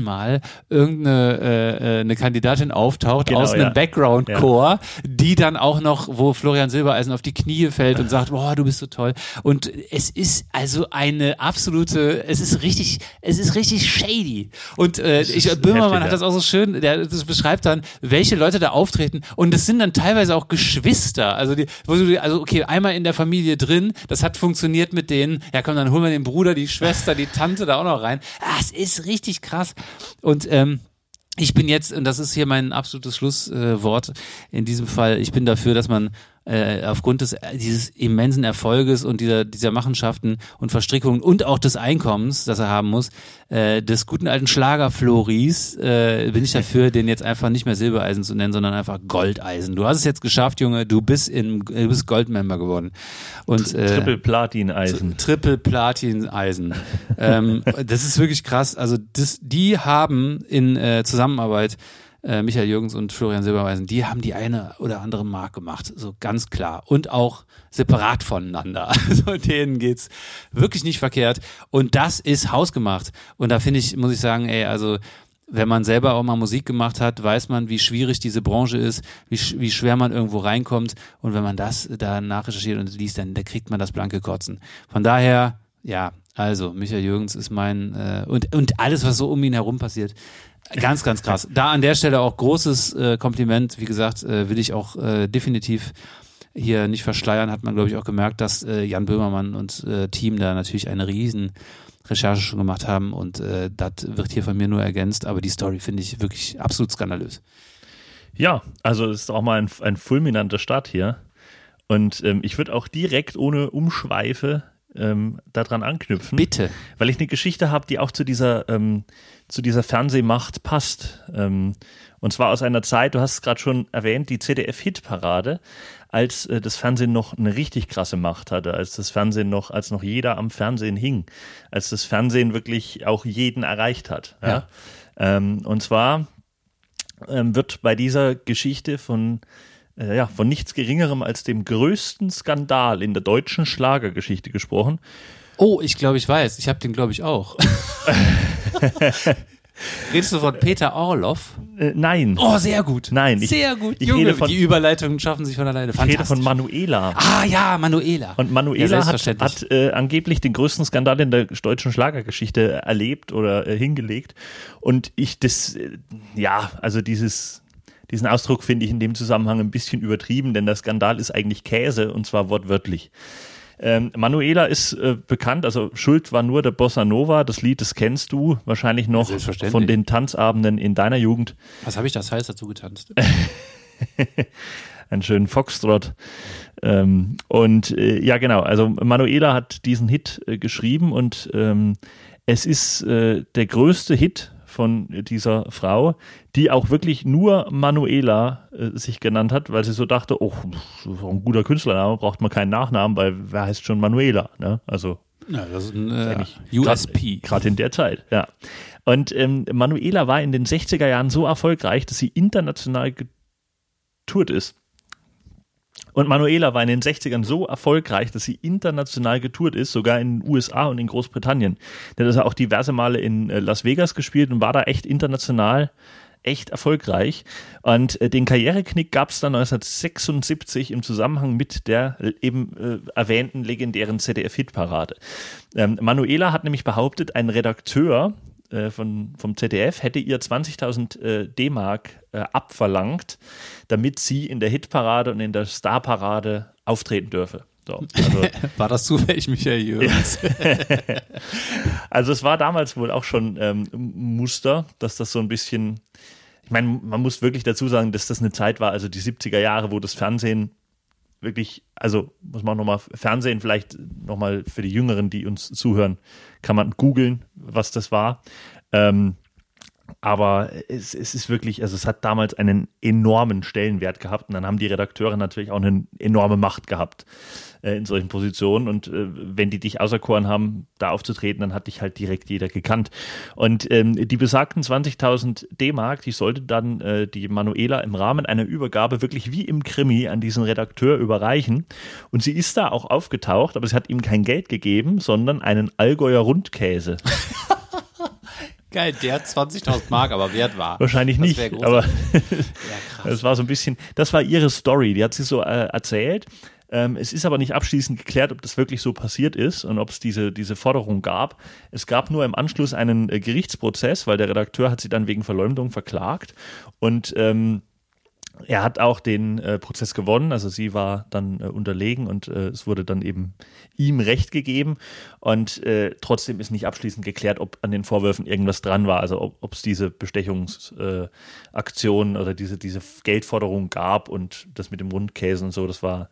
irgendeine eine Kandidatin auftaucht aus einem Background-Chor, die dann auch noch, wo Florian Silbereisen auf die Knie fällt und sagt, boah, du bist so toll. Und es ist also es ist richtig shady. Und Böhmermann hat das auch so schön, das beschreibt dann, welche Leute da auftreten und das sind dann teilweise auch Geschwister. Also okay, einmal in der Familie drin, das hat funktioniert mit denen, ja komm, dann holen wir den Bruder, die Schwester, die Tante da auch noch rein. Es ist richtig krass. Und ich bin jetzt, und das ist hier mein absolutes Schlusswort in diesem Fall, ich bin dafür, dass man aufgrund dieses immensen Erfolges und dieser Machenschaften und Verstrickungen und auch des Einkommens, das er haben muss, des guten alten Schlagerfloris, bin ich dafür, den jetzt einfach nicht mehr Silbereisen zu nennen, sondern einfach Goldeisen. Du hast es jetzt geschafft, Junge, du bist Goldmember geworden. Und Triple Platin-Eisen. Triple Platin-Eisen. Das ist wirklich krass. Also die haben in Zusammenarbeit Michael Jürgens und Florian Silbereisen, die haben die eine oder andere Mark gemacht, so ganz klar. Und auch separat voneinander. Also denen geht's wirklich nicht verkehrt. Und das ist hausgemacht. Und da muss ich sagen, also wenn man selber auch mal Musik gemacht hat, weiß man, wie schwierig diese Branche ist, wie schwer man irgendwo reinkommt. Und wenn man das da nachrecherchiert und liest, dann da kriegt man das blanke Kotzen. Von daher, ja, also Michael Jürgens ist mein und alles, was so um ihn herum passiert, ganz, ganz krass. Da an der Stelle auch großes Kompliment. Wie gesagt, will ich auch definitiv hier nicht verschleiern, hat man, glaube ich, auch gemerkt, dass Jan Böhmermann und Team da natürlich eine riesen Recherche schon gemacht haben und das wird hier von mir nur ergänzt, aber die Story finde ich wirklich absolut skandalös. Ja, also es ist auch mal ein fulminanter Start hier und ich würde auch direkt ohne Umschweife daran anknüpfen. Bitte. Weil ich eine Geschichte habe, die auch zu dieser Fernsehmacht passt. Und zwar aus einer Zeit, du hast es gerade schon erwähnt, die ZDF-Hitparade, als das Fernsehen noch eine richtig krasse Macht hatte, als noch jeder am Fernsehen hing, als das Fernsehen wirklich auch jeden erreicht hat. Ja? Und zwar wird bei dieser Geschichte von nichts Geringerem als dem größten Skandal in der deutschen Schlagergeschichte gesprochen. Oh, ich glaube, ich weiß. Ich habe den, glaube ich, auch. Redest du von Peter Orloff? Nein. Oh, sehr gut. Nein. Sehr gut. Junge, die Überleitungen schaffen sich von alleine. Ich rede von Manuela. Ah ja, Manuela. Und Manuela hat angeblich den größten Skandal in der deutschen Schlagergeschichte erlebt oder hingelegt. Und diesen Ausdruck finde ich in dem Zusammenhang ein bisschen übertrieben, denn der Skandal ist eigentlich Käse und zwar wortwörtlich. Manuela ist bekannt, also Schuld war nur der Bossa Nova, das Lied, das kennst du wahrscheinlich noch von den Tanzabenden in deiner Jugend. Was habe ich das heißt dazu getanzt? Einen schönen Foxtrot. Ja genau, also Manuela hat diesen Hit geschrieben und es ist der größte Hit von dieser Frau, die auch wirklich nur Manuela sich genannt hat, weil sie so dachte, oh, das ist ein guter Künstlername, braucht man keinen Nachnamen, weil wer heißt schon Manuela, ne? Also ja, das ist ein USP. Gerade in der Zeit, ja. Und Manuela war in den 60er Jahren so erfolgreich, dass sie international getourt ist. Und Manuela war in den 60ern so erfolgreich, dass sie international getourt ist, sogar in den USA und in Großbritannien. Der hat auch diverse Male in Las Vegas gespielt und war da echt international echt erfolgreich. Und den Karriereknick gab es dann 1976 im Zusammenhang mit der eben erwähnten legendären ZDF-Hitparade. Manuela hat nämlich behauptet, ein Redakteur vom ZDF hätte ihr 20.000 D-Mark abverlangt, damit sie in der Hitparade und in der Starparade auftreten dürfe. So, also war das zufällig Michael Jürgens? Also es war damals wohl auch schon Muster, dass das so ein bisschen, ich meine, man muss wirklich dazu sagen, dass das eine Zeit war, also die 70er Jahre, wo das Fernsehen wirklich, also muss man nochmal, Fernsehen vielleicht nochmal für die Jüngeren, die uns zuhören, kann man googeln, was das war. Aber es ist wirklich, also es hat damals einen enormen Stellenwert gehabt und dann haben die Redakteure natürlich auch eine enorme Macht gehabt in solchen Positionen und wenn die dich auserkoren haben, da aufzutreten, dann hat dich halt direkt jeder gekannt. Und die besagten 20.000 D-Mark, die sollte dann die Manuela im Rahmen einer Übergabe wirklich wie im Krimi an diesen Redakteur überreichen und sie ist da auch aufgetaucht, aber sie hat ihm kein Geld gegeben, sondern einen Allgäuer Rundkäse. Geil, der hat 20.000 Mark, aber wert war. Wahrscheinlich das nicht, aber ja, krass. Das war so ein bisschen, das war ihre Story, die hat sie so erzählt. Es ist aber nicht abschließend geklärt, ob das wirklich so passiert ist und ob es diese Forderung gab. Es gab nur im Anschluss einen Gerichtsprozess, weil der Redakteur hat sie dann wegen Verleumdung verklagt und Er hat auch den Prozess gewonnen, also sie war dann unterlegen und es wurde dann eben ihm Recht gegeben und trotzdem ist nicht abschließend geklärt, ob an den Vorwürfen irgendwas dran war, also ob es diese Bestechungsaktion oder diese Geldforderung gab und das mit dem Rundkäse und so, das war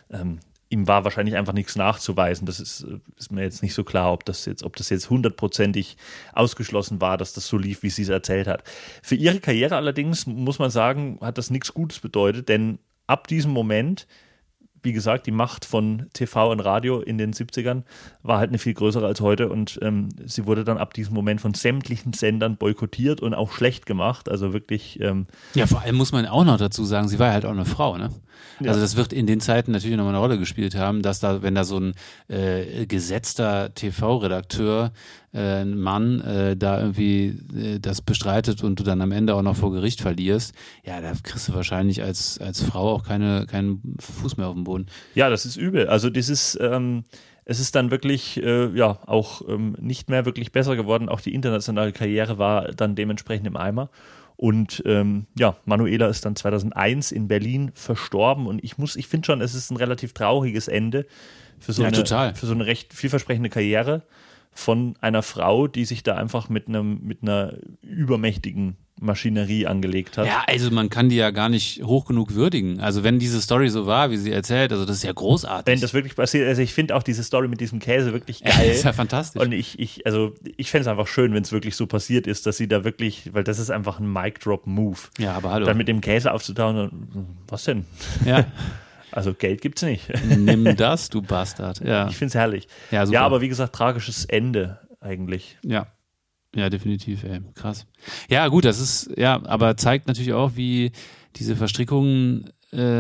ihm war wahrscheinlich einfach nichts nachzuweisen. Das ist mir jetzt nicht so klar, ob das jetzt 100%ig ausgeschlossen war, dass das so lief, wie sie es erzählt hat. Für ihre Karriere allerdings, muss man sagen, hat das nichts Gutes bedeutet, denn ab diesem Moment, wie gesagt, die Macht von TV und Radio in den 70ern war halt eine viel größere als heute und sie wurde dann ab diesem Moment von sämtlichen Sendern boykottiert und auch schlecht gemacht, also wirklich ja, vor allem muss man auch noch dazu sagen, sie war halt auch eine Frau, ne? Ja. Also das wird in den Zeiten natürlich nochmal eine Rolle gespielt haben, dass da, wenn da so ein gesetzter TV-Redakteur, ein Mann, da irgendwie das bestreitet und du dann am Ende auch noch vor Gericht verlierst, ja, da kriegst du wahrscheinlich als Frau auch keinen Fuß mehr auf dem Boden. Ja, das ist übel. Also es ist dann wirklich auch nicht mehr wirklich besser geworden. Auch die internationale Karriere war dann dementsprechend im Eimer. Und Manuela ist dann 2001 in Berlin verstorben und ich finde schon, es ist ein relativ trauriges Ende für so eine recht vielversprechende Karriere von einer Frau, die sich da einfach mit einer übermächtigen Maschinerie angelegt hat. Ja, also man kann die ja gar nicht hoch genug würdigen. Also wenn diese Story so war, wie sie erzählt, also das ist ja großartig. Wenn das wirklich passiert, also ich finde auch diese Story mit diesem Käse wirklich geil. Ja, ist ja fantastisch. Und ich fände es einfach schön, wenn es wirklich so passiert ist, dass sie da wirklich, weil das ist einfach ein Mic-Drop-Move. Ja, aber hallo. Dann mit dem Käse aufzutauchen, was denn? Ja. Also Geld gibt's nicht. Nimm das, du Bastard. Ja. Ich finde es herrlich. Ja, super. Ja, aber wie gesagt, tragisches Ende eigentlich. Ja. Ja, definitiv, ey. Krass. Ja, gut, das ist, ja, aber zeigt natürlich auch, wie diese Verstrickungen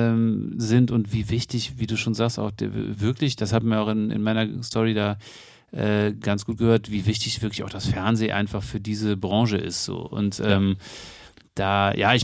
sind und wie wichtig, wie du schon sagst, auch wirklich, das haben wir auch in meiner Story da ganz gut gehört, wie wichtig wirklich auch das Fernsehen einfach für diese Branche ist, so. Und ich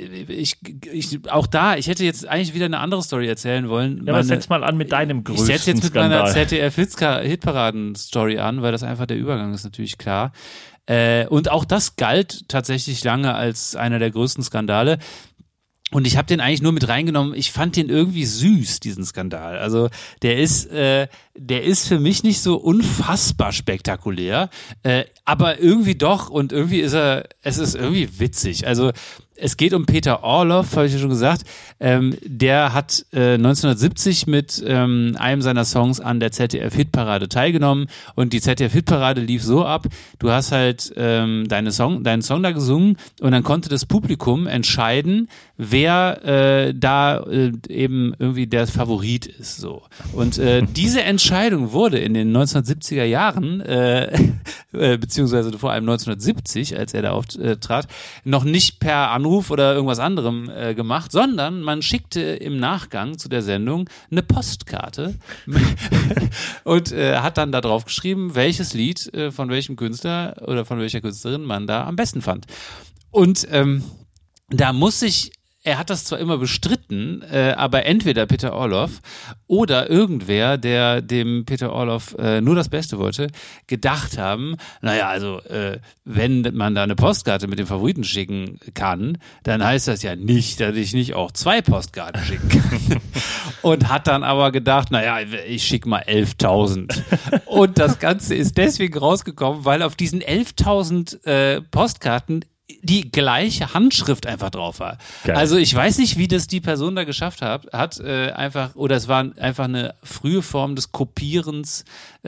hätte jetzt eigentlich wieder eine andere Story erzählen wollen. Ja, aber setz mal an mit deinem größten Skandal. Ich setze jetzt mit meiner ZDF-Hitparaden-Story an, weil das einfach der Übergang ist, natürlich klar. Und auch das galt tatsächlich lange als einer der größten Skandale. Und ich habe den eigentlich nur mit reingenommen. Ich fand den irgendwie süß, diesen Skandal. Also der ist für mich nicht so unfassbar spektakulär, aber irgendwie doch. Und irgendwie es ist irgendwie witzig. Also es geht um Peter Orloff, habe ich ja schon gesagt. Der hat 1970 mit einem seiner Songs an der ZDF-Hitparade teilgenommen und die ZDF-Hitparade lief so ab, du hast halt deinen Song da gesungen und dann konnte das Publikum entscheiden, wer da eben irgendwie der Favorit ist. So. Und diese Entscheidung wurde in den 1970er Jahren, beziehungsweise vor allem 1970, als er da auftrat, noch nicht per Anruf oder irgendwas anderem gemacht, sondern man schickte im Nachgang zu der Sendung eine Postkarte und hat dann da drauf geschrieben, welches Lied von welchem Künstler oder von welcher Künstlerin man da am besten fand. Und da er hat das zwar immer bestritten, aber entweder Peter Orloff oder irgendwer, der dem Peter Orloff nur das Beste wollte, gedacht haben, naja, also wenn man da eine Postkarte mit dem Favoriten schicken kann, dann heißt das ja nicht, dass ich nicht auch 2 Postkarten schicken kann. Und hat dann aber gedacht, naja, ich schicke mal 11.000. Und das Ganze ist deswegen rausgekommen, weil auf diesen 11.000 Postkarten die gleiche Handschrift einfach drauf war. Geil. Also ich weiß nicht, wie das die Person da geschafft hat, oder es war einfach eine frühe Form des Kopierens,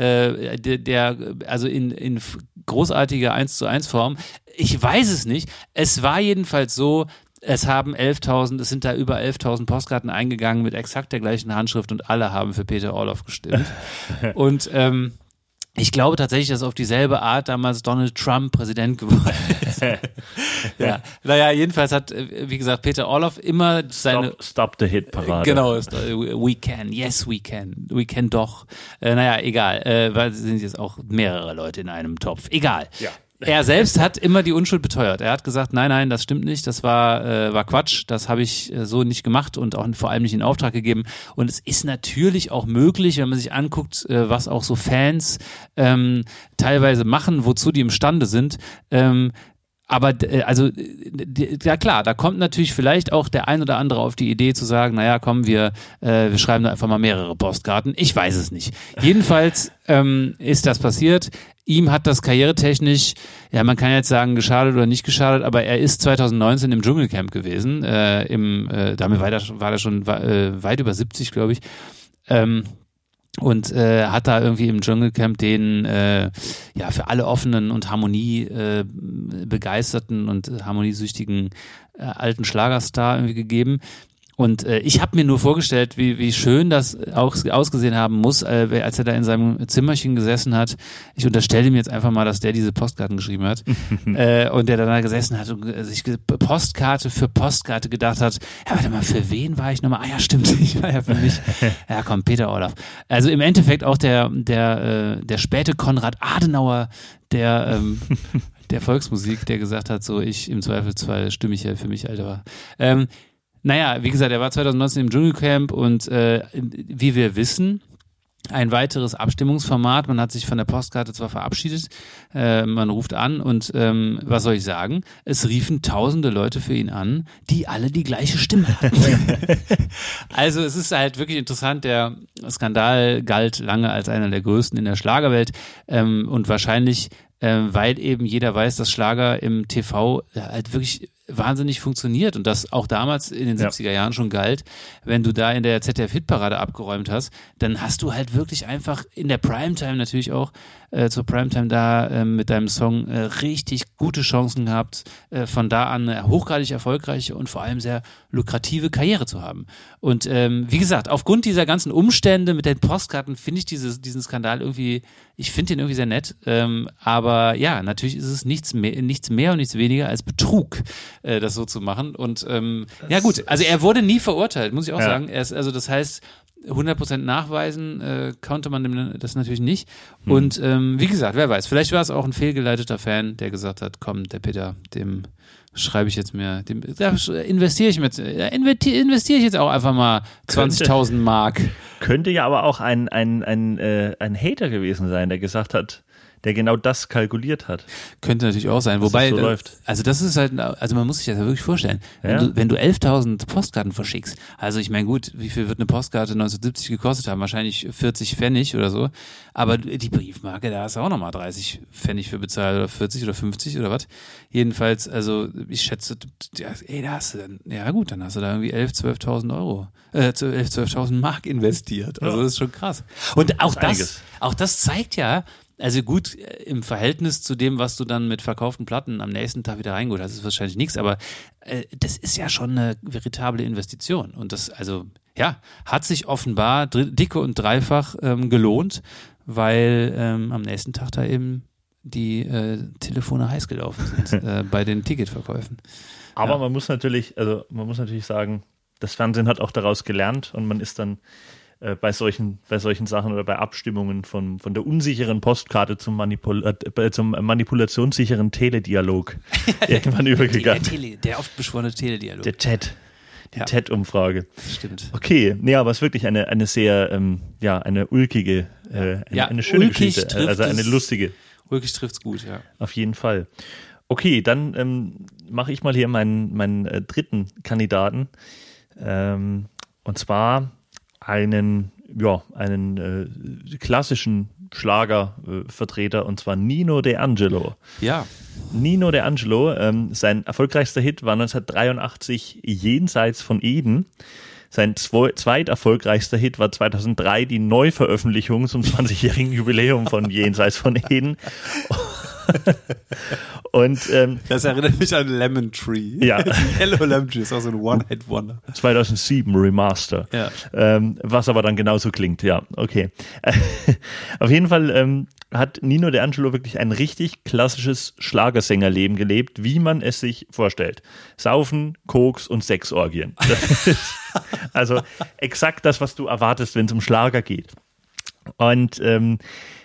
also in großartiger 1:1 Form. Ich weiß es nicht. Es war jedenfalls so, es sind da über 11.000 Postkarten eingegangen mit exakt der gleichen Handschrift und alle haben für Peter Orloff gestimmt. Und ich glaube tatsächlich, dass auf dieselbe Art damals Donald Trump Präsident geworden ist. Ja. Naja, jedenfalls hat, wie gesagt, Peter Orloff immer seine... Stop the Hit-Parade. Genau, we can, yes we can doch. Naja, egal, weil es sind jetzt auch mehrere Leute in einem Topf. Egal. Ja. Er selbst hat immer die Unschuld beteuert. Er hat gesagt, nein, das stimmt nicht, das war Quatsch, das habe ich so nicht gemacht und auch vor allem nicht in Auftrag gegeben. Und es ist natürlich auch möglich, wenn man sich anguckt, was auch so Fans teilweise machen, wozu die imstande sind, Aber also, ja klar, da kommt natürlich vielleicht auch der ein oder andere auf die Idee zu sagen, naja, komm, wir schreiben da einfach mal mehrere Postkarten. Ich weiß es nicht. Jedenfalls ist das passiert. Ihm hat das karrieretechnisch, ja, man kann jetzt sagen, geschadet oder nicht geschadet, aber er ist 2019 im Dschungelcamp gewesen. Damit war er schon weit über 70, glaube ich. Und hat da irgendwie im Dschungelcamp den ja für alle offenen und Harmonie begeisterten und harmoniesüchtigen alten Schlagerstar irgendwie gegeben. Und ich habe mir nur vorgestellt, wie schön das auch ausgesehen haben muss, als er da in seinem Zimmerchen gesessen hat. Ich unterstelle ihm jetzt einfach mal, dass der diese Postkarten geschrieben hat und der dann da gesessen hat und sich Postkarte für Postkarte gedacht hat, ja, warte mal, für wen war ich nochmal? Ah ja, stimmt, ich war ja für mich. Ja, komm, Peter Orloff. Also im Endeffekt auch der späte Konrad Adenauer der Volksmusik, der gesagt hat, so ich im Zweifelsfall stimme ich ja für mich, Alter. Naja, wie gesagt, er war 2019 im Dschungelcamp und wie wir wissen, ein weiteres Abstimmungsformat. Man hat sich von der Postkarte zwar verabschiedet, man ruft an und was soll ich sagen? Es riefen tausende Leute für ihn an, die alle die gleiche Stimme hatten. Also es ist halt wirklich interessant, der Skandal galt lange als einer der größten in der Schlagerwelt und wahrscheinlich weil eben jeder weiß, dass Schlager im TV halt wirklich wahnsinnig funktioniert und das auch damals in den 70er Jahren schon galt. Wenn du da in der ZDF-Hitparade abgeräumt hast, dann hast du halt wirklich einfach in der Primetime natürlich auch zur Primetime da mit deinem Song richtig gute Chancen gehabt, von da an eine hochgradig erfolgreiche und vor allem sehr lukrative Karriere zu haben. Und wie gesagt, aufgrund dieser ganzen Umstände mit den Postkarten finde ich diesen Skandal irgendwie, ich finde den irgendwie sehr nett, aber ja, natürlich ist es nichts mehr und nichts weniger als Betrug, das so zu machen. Und ja gut, also er wurde nie verurteilt, muss ich auch sagen. Also das heißt, 100% nachweisen konnte man dem das natürlich nicht. Und wie gesagt, wer weiß, vielleicht war es auch ein fehlgeleiteter Fan, der gesagt hat, komm, der Peter, dem schreibe ich jetzt mehr, investiere ich jetzt auch einfach mal 20.000 Mark. Könnte ja aber auch ein Hater gewesen sein, der gesagt hat, der genau das kalkuliert hat. Könnte natürlich auch sein. Wobei, so läuft. Also das ist halt, also man muss sich das ja wirklich vorstellen. Ja. Wenn du 11.000 Postkarten verschickst, also ich meine gut, wie viel wird eine Postkarte 1970 gekostet haben? Wahrscheinlich 40 Pfennig oder so. Aber die Briefmarke, da hast du auch nochmal 30 Pfennig für bezahlt oder 40 oder 50 oder was. Jedenfalls, also ich schätze, da hast du dann, ja gut, dann hast du da irgendwie 11.000, 12.000 Mark investiert. Also das ist schon krass. Und auch das zeigt ja, also gut, im Verhältnis zu dem, was du dann mit verkauften Platten am nächsten Tag wieder reingeholt hast, ist wahrscheinlich nichts, aber das ist ja schon eine veritable Investition. Und das, also, ja, hat sich offenbar dicke und dreifach gelohnt, weil am nächsten Tag da eben die Telefone heiß gelaufen sind bei den Ticketverkäufen. Aber man muss natürlich sagen, das Fernsehen hat auch daraus gelernt und man ist dann bei solchen Sachen oder bei Abstimmungen von der unsicheren Postkarte zum manipulationssicheren Teledialog irgendwann übergegangen. Der oft beschworene Teledialog. Der TED. Die TED-Umfrage. Stimmt. Okay, nee, aber es ist wirklich eine sehr, eine ulkige, eine schöne Geschichte, also eine lustige. Ulkig trifft's gut, ja. Auf jeden Fall. Okay, dann mache ich mal hier meinen dritten Kandidaten. Und zwar einen klassischen Schlagervertreter, und zwar Nino De-Angelo. Ja. Nino De-Angelo, sein erfolgreichster Hit war 1983 Jenseits von Eden. Sein zweiterfolgreichster Hit war 2003 die Neuveröffentlichung zum 20-jährigen Jubiläum von Jenseits von Eden. Und das erinnert mich an Lemon Tree. Ja. Hello Lemon Tree ist auch so ein One-Hit-Wonder. 2007 Remaster. Ja. Was aber dann genauso klingt, ja, okay. Auf jeden Fall hat Nino De-Angelo wirklich ein richtig klassisches Schlagersängerleben gelebt, wie man es sich vorstellt. Saufen, Koks und Sexorgien. Das ist also exakt das, was du erwartest, wenn es um Schlager geht. Und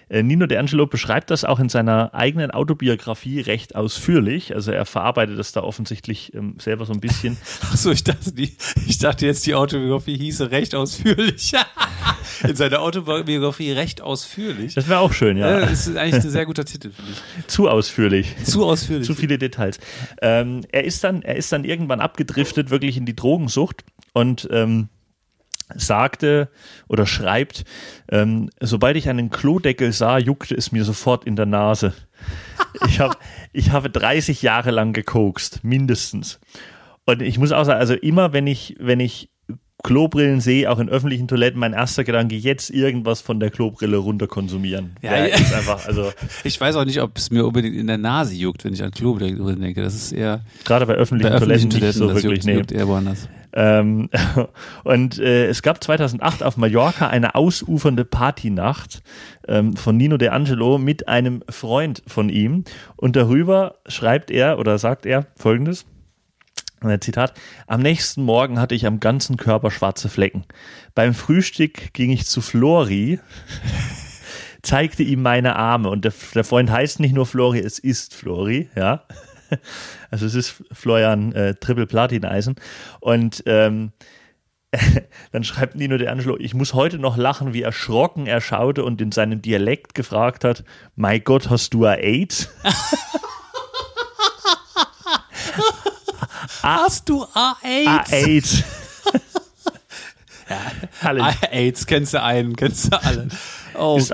Nino D'Angelo beschreibt das auch in seiner eigenen Autobiografie recht ausführlich. Also er verarbeitet das da offensichtlich selber so ein bisschen. Achso, ich dachte jetzt, die Autobiografie hieße recht ausführlich. In seiner Autobiografie recht ausführlich. Das wäre auch schön, ja. Das ist eigentlich ein sehr guter Titel, finde ich. Zu ausführlich. Zu ausführlich. Zu viele Details. Er ist dann irgendwann abgedriftet, wirklich in die Drogensucht und sagte oder schreibt, sobald ich einen Klodeckel sah, juckte es mir sofort in der Nase. Ich habe 30 Jahre lang gekokst, mindestens. Und ich muss auch sagen, also immer wenn ich Klobrillen sehe, auch in öffentlichen Toiletten, mein erster Gedanke, jetzt irgendwas von der Klobrille runter konsumieren. Ja. Ist einfach, also ich weiß auch nicht, ob es mir unbedingt in der Nase juckt, wenn ich an Klobrillen denke. Das ist eher gerade bei öffentlichen Toiletten nicht so wirklich. Juckt eher woanders. Und es gab 2008 auf Mallorca eine ausufernde Partynacht von Nino D'Angelo mit einem Freund von ihm. Und darüber schreibt er oder sagt er Folgendes. Zitat: Am nächsten Morgen hatte ich am ganzen Körper schwarze Flecken. Beim Frühstück ging ich zu Flori, zeigte ihm meine Arme und der Freund heißt nicht nur Flori, es ist Flori, ja. Also es ist Florian Triple Platin-Eisen und dann schreibt Nino D'Angelo, ich muss heute noch lachen, wie erschrocken er schaute und in seinem Dialekt gefragt hat, mein Gott, hast du AIDS? Hast du AIDS? AIDS. Ja, AIDS, kennst du einen, kennst du alle. Oh ist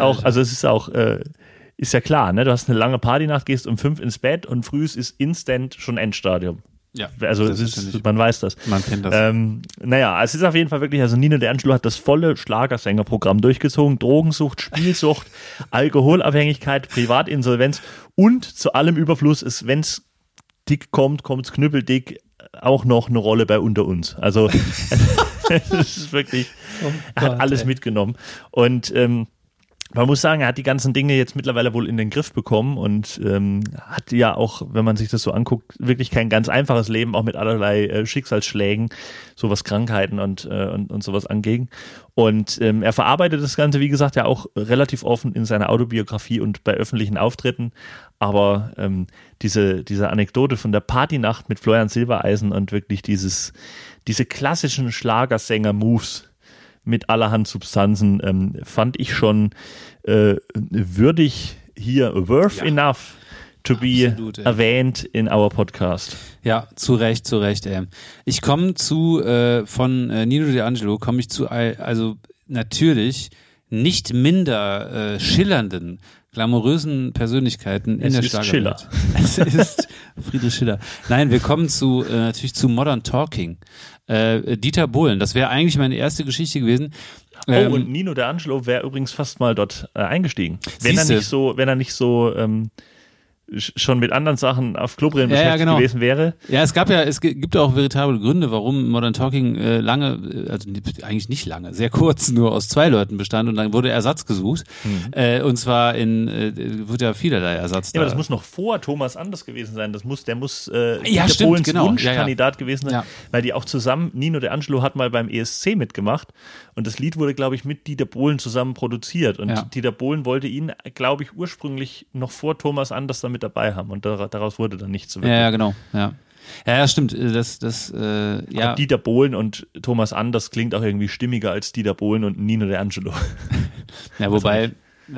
ja klar, ne? Du hast eine lange Partynacht, gehst um 5 ins Bett und früh ist instant schon Endstadium. Ja, also man weiß das. Man kennt das. Naja, es ist auf jeden Fall wirklich, also Nino D'Angelo hat das volle Schlagersängerprogramm durchgezogen. Drogensucht, Spielsucht, Alkoholabhängigkeit, Privatinsolvenz und zu allem Überfluss ist, wenn es dick kommt's knüppeldick, auch noch eine Rolle bei Unter uns. Also es ist wirklich, er hat alles mitgenommen. Und man muss sagen, er hat die ganzen Dinge jetzt mittlerweile wohl in den Griff bekommen und hat ja auch, wenn man sich das so anguckt, wirklich kein ganz einfaches Leben, auch mit allerlei Schicksalsschlägen, so was Krankheiten und sowas angeht. Und er verarbeitet das Ganze, wie gesagt, ja auch relativ offen in seiner Autobiografie und bei öffentlichen Auftritten. Aber diese Anekdote von der Partynacht mit Florian Silbereisen und wirklich diese klassischen Schlagersänger-Moves mit allerhand Substanzen fand ich schon würdig hier, worth enough to absolut, be erwähnt in our podcast. Ja, zu Recht. Ich komme von Nino D'Angelo komme ich zu, also natürlich nicht minder schillernden, glamourösen Persönlichkeiten in der Schlagerwelt. Es ist Friedrich Schiller. Nein, wir kommen natürlich zu Modern Talking. Dieter Bohlen, das wäre eigentlich meine erste Geschichte gewesen. Und Nino D'Angelo wäre übrigens fast mal dort eingestiegen. Wenn er nicht so schon mit anderen Sachen auf Klobrillen beschäftigt gewesen wäre. Ja, es gibt auch veritable Gründe, warum Modern Talking eigentlich nicht lange, sehr kurz nur aus 2 Leuten bestand und dann wurde Ersatz gesucht. Und zwar wird ja vielerlei Ersatz ja, aber das muss noch vor Thomas Anders gewesen sein. Der muss Dieter Bohlens Wunschkandidat gewesen sein, weil die auch zusammen, Nino D'Angelo hat mal beim ESC mitgemacht und das Lied wurde, glaube ich, mit Dieter Bohlen zusammen produziert und Dieter Bohlen wollte ihn, glaube ich, ursprünglich noch vor Thomas Anders damit dabei haben und daraus wurde dann nichts. Ja, genau, ja. Ja, stimmt. Aber Dieter Bohlen und Thomas Anders klingt auch irgendwie stimmiger als Dieter Bohlen und Nino D'Angelo. Ja, wobei,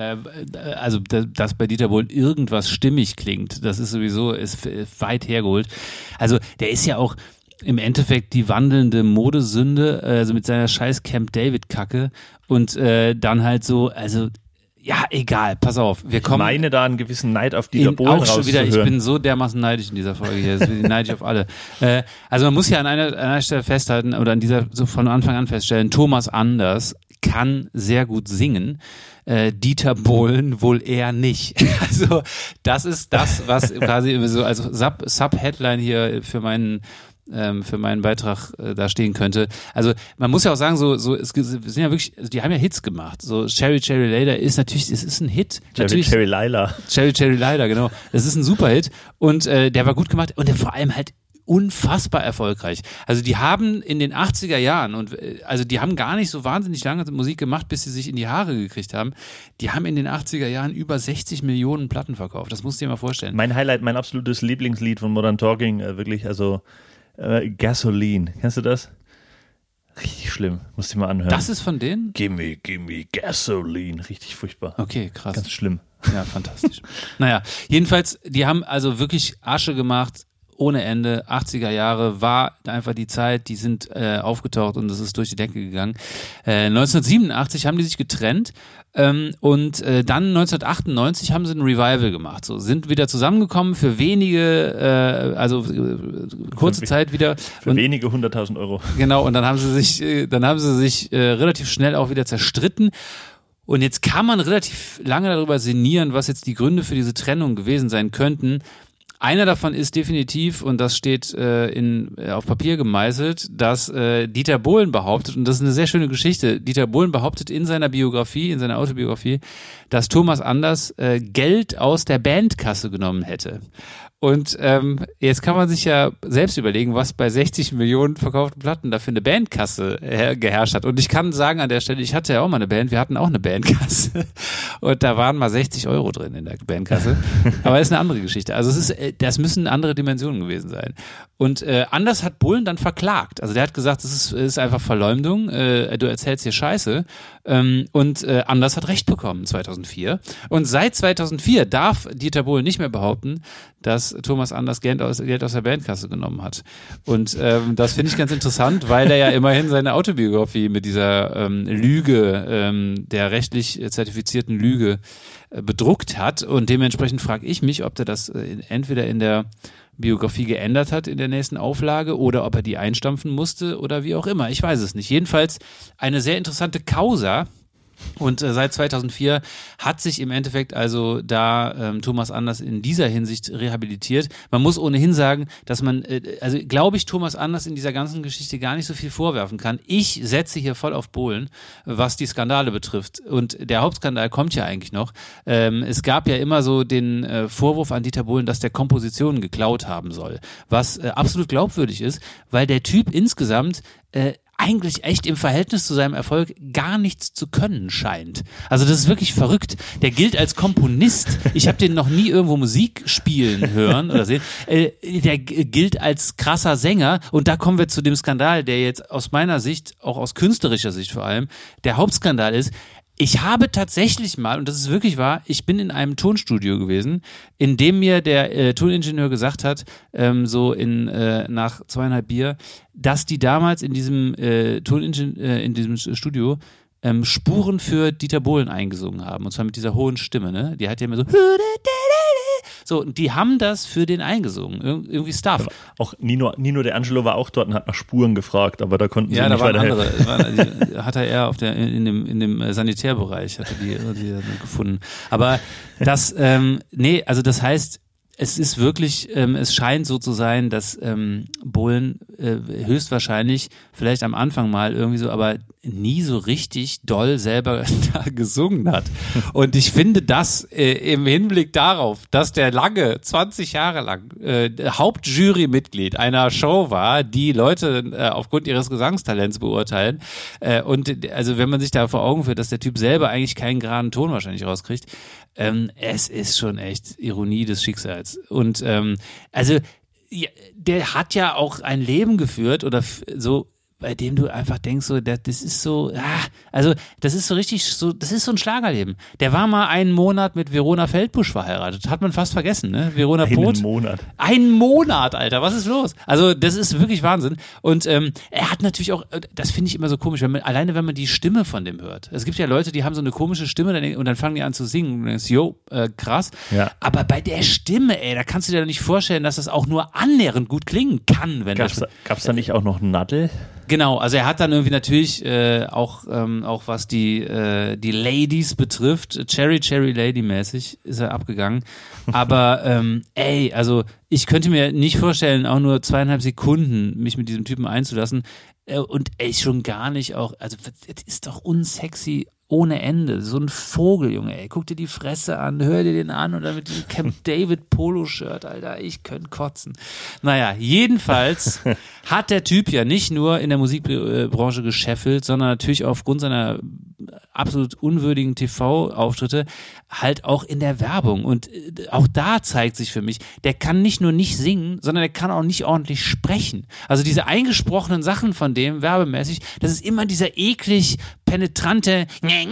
dass bei Dieter Bohlen irgendwas stimmig klingt, das ist sowieso weit hergeholt. Also der ist ja auch im Endeffekt die wandelnde Modesünde, also mit seiner scheiß Camp David-Kacke und dann halt so, also ja, egal, pass auf. Ich meine da einen gewissen Neid auf Dieter Bohlen rauszuhören. Ich bin so dermaßen neidisch in dieser Folge hier. Neidisch auf alle. Also man muss ja an einer Stelle festhalten oder an dieser so von Anfang an feststellen, Thomas Anders kann sehr gut singen. Dieter Bohlen wohl eher nicht. Also das ist das, was quasi so als Sub-Headline hier für meinen Beitrag da stehen könnte. Also man muss ja auch sagen, so es sind ja wirklich, also die haben ja Hits gemacht. So Cherry Cherry Lila ist natürlich, es ist ein Hit. Cherry Lila, genau. Das ist ein super Hit und der war gut gemacht und der vor allem halt unfassbar erfolgreich. Also die haben in den 80er Jahren also die haben gar nicht so wahnsinnig lange Musik gemacht, bis sie sich in die Haare gekriegt haben. Die haben in den 80er Jahren über 60 Millionen Platten verkauft. Das musst du dir mal vorstellen. Mein Highlight, mein absolutes Lieblingslied von Modern Talking, wirklich, also Gasoline. Kennst du das? Richtig schlimm. Musst du dir mal anhören. Das ist von denen? Gimme Gasoline. Richtig furchtbar. Okay, krass. Ganz schlimm. Ja, fantastisch. Naja, jedenfalls, die haben also wirklich Asche gemacht ohne Ende. 80er Jahre war einfach die Zeit, die sind aufgetaucht und das ist durch die Decke gegangen. 1987 haben die sich getrennt und dann 1998 haben sie ein Revival gemacht. So, sind wieder zusammengekommen für wenige, kurze Zeit wieder. Für wenige 100.000 Euro. Genau, und dann haben sie sich relativ schnell auch wieder zerstritten. Und jetzt kann man relativ lange darüber sinnieren, was jetzt die Gründe für diese Trennung gewesen sein könnten. Einer davon ist definitiv, und das steht auf Papier gemeißelt, dass Dieter Bohlen behauptet, und das ist eine sehr schöne Geschichte, Dieter Bohlen behauptet in seiner Biografie, in seiner Autobiografie, dass Thomas Anders Geld aus der Bandkasse genommen hätte. Und jetzt kann man sich ja selbst überlegen, was bei 60 Millionen verkauften Platten da für eine Bandkasse geherrscht hat. Und ich kann sagen an der Stelle, ich hatte ja auch mal eine Band, wir hatten auch eine Bandkasse und da waren mal 60 Euro drin in der Bandkasse. Aber das ist eine andere Geschichte. Also das müssen andere Dimensionen gewesen sein. Und Anders hat Bohlen dann verklagt. Also der hat gesagt, es ist einfach Verleumdung, du erzählst hier Scheiße. Und Anders hat Recht bekommen 2004. Und seit 2004 darf Dieter Bohlen nicht mehr behaupten, dass Thomas Anders Geld aus der Bandkasse genommen hat. Und das finde ich ganz interessant, weil er ja immerhin seine Autobiografie mit dieser Lüge, der rechtlich zertifizierten Lüge bedruckt hat. Und dementsprechend frage ich mich, ob der das entweder in der Biografie geändert hat in der nächsten Auflage oder ob er die einstampfen musste oder wie auch immer. Ich weiß es nicht. Jedenfalls eine sehr interessante Causa. Und seit 2004 hat sich im Endeffekt also da Thomas Anders in dieser Hinsicht rehabilitiert. Man muss ohnehin sagen, dass man, glaube ich, Thomas Anders in dieser ganzen Geschichte gar nicht so viel vorwerfen kann. Ich setze hier voll auf Bohlen, was die Skandale betrifft. Und der Hauptskandal kommt ja eigentlich noch. Es gab ja immer so den Vorwurf an Dieter Bohlen, dass der Kompositionen geklaut haben soll. Was absolut glaubwürdig ist, weil der Typ insgesamt eigentlich echt im Verhältnis zu seinem Erfolg gar nichts zu können scheint. Also das ist wirklich verrückt. Der gilt als Komponist. Ich habe den noch nie irgendwo Musik spielen hören oder sehen. Der gilt als krasser Sänger und da kommen wir zu dem Skandal, der jetzt aus meiner Sicht, auch aus künstlerischer Sicht vor allem, der Hauptskandal ist. Ich habe tatsächlich mal, und das ist wirklich wahr, ich bin in einem Tonstudio gewesen, in dem mir der Toningenieur gesagt hat, nach 2,5 Bier, dass die damals in diesem in diesem Studio Spuren für Dieter Bohlen eingesungen haben. Und zwar mit dieser hohen Stimme, ne? Die hat ja immer so, und die haben das für den eingesungen. Irgendwie Stuff. Auch Nino D'Angelo war auch dort und hat nach Spuren gefragt, aber da konnten sie nicht weiterhelfen. Andere. Hat er eher in dem Sanitärbereich hat er die gefunden. Aber das, also das heißt, es ist wirklich, es scheint so zu sein, dass Bohlen höchstwahrscheinlich vielleicht am Anfang mal irgendwie so, aber nie so richtig doll selber da gesungen hat. Und ich finde das im Hinblick darauf, dass der 20 Jahre lang Hauptjurymitglied einer Show war, die Leute aufgrund ihres Gesangstalents beurteilen. Und also wenn man sich da vor Augen führt, dass der Typ selber eigentlich keinen geraden Ton wahrscheinlich rauskriegt, es ist schon echt Ironie des Schicksals. Und ja, der hat ja auch ein Leben geführt oder so, bei dem du einfach denkst, so, das ist so, das ist so richtig, so, das ist so ein Schlagerleben. Der war mal einen Monat mit Verona Feldbusch verheiratet. Hat man fast vergessen, ne? Verona Poth. Einen Monat, Alter, was ist los? Also, das ist wirklich Wahnsinn. Und er hat natürlich auch, das finde ich immer so komisch, alleine wenn man die Stimme von dem hört. Es gibt ja Leute, die haben so eine komische Stimme und dann fangen die an zu singen und du denkst, krass. Ja. Aber bei der Stimme, da kannst du dir doch nicht vorstellen, dass das auch nur annähernd gut klingen kann. Gab's da nicht auch noch Nadel? Genau, also er hat dann irgendwie natürlich auch was die Ladies betrifft, Cherry Lady mäßig ist er abgegangen. Aber also ich könnte mir nicht vorstellen, auch nur 2,5 Sekunden mich mit diesem Typen einzulassen und schon gar nicht auch, also es ist doch unsexy ohne Ende. So ein Vogel, Junge, ey. Guck dir die Fresse an, hör dir den an und dann mit diesem Camp David Polo-Shirt, Alter, ich könnte kotzen. Naja, jedenfalls hat der Typ ja nicht nur in der Musikbranche gescheffelt, sondern natürlich aufgrund seiner absolut unwürdigen TV-Auftritte halt auch in der Werbung. Und auch da zeigt sich für mich, der kann nicht nur nicht singen, sondern der kann auch nicht ordentlich sprechen. Also diese eingesprochenen Sachen von dem, werbemäßig, das ist immer dieser eklig penetrante,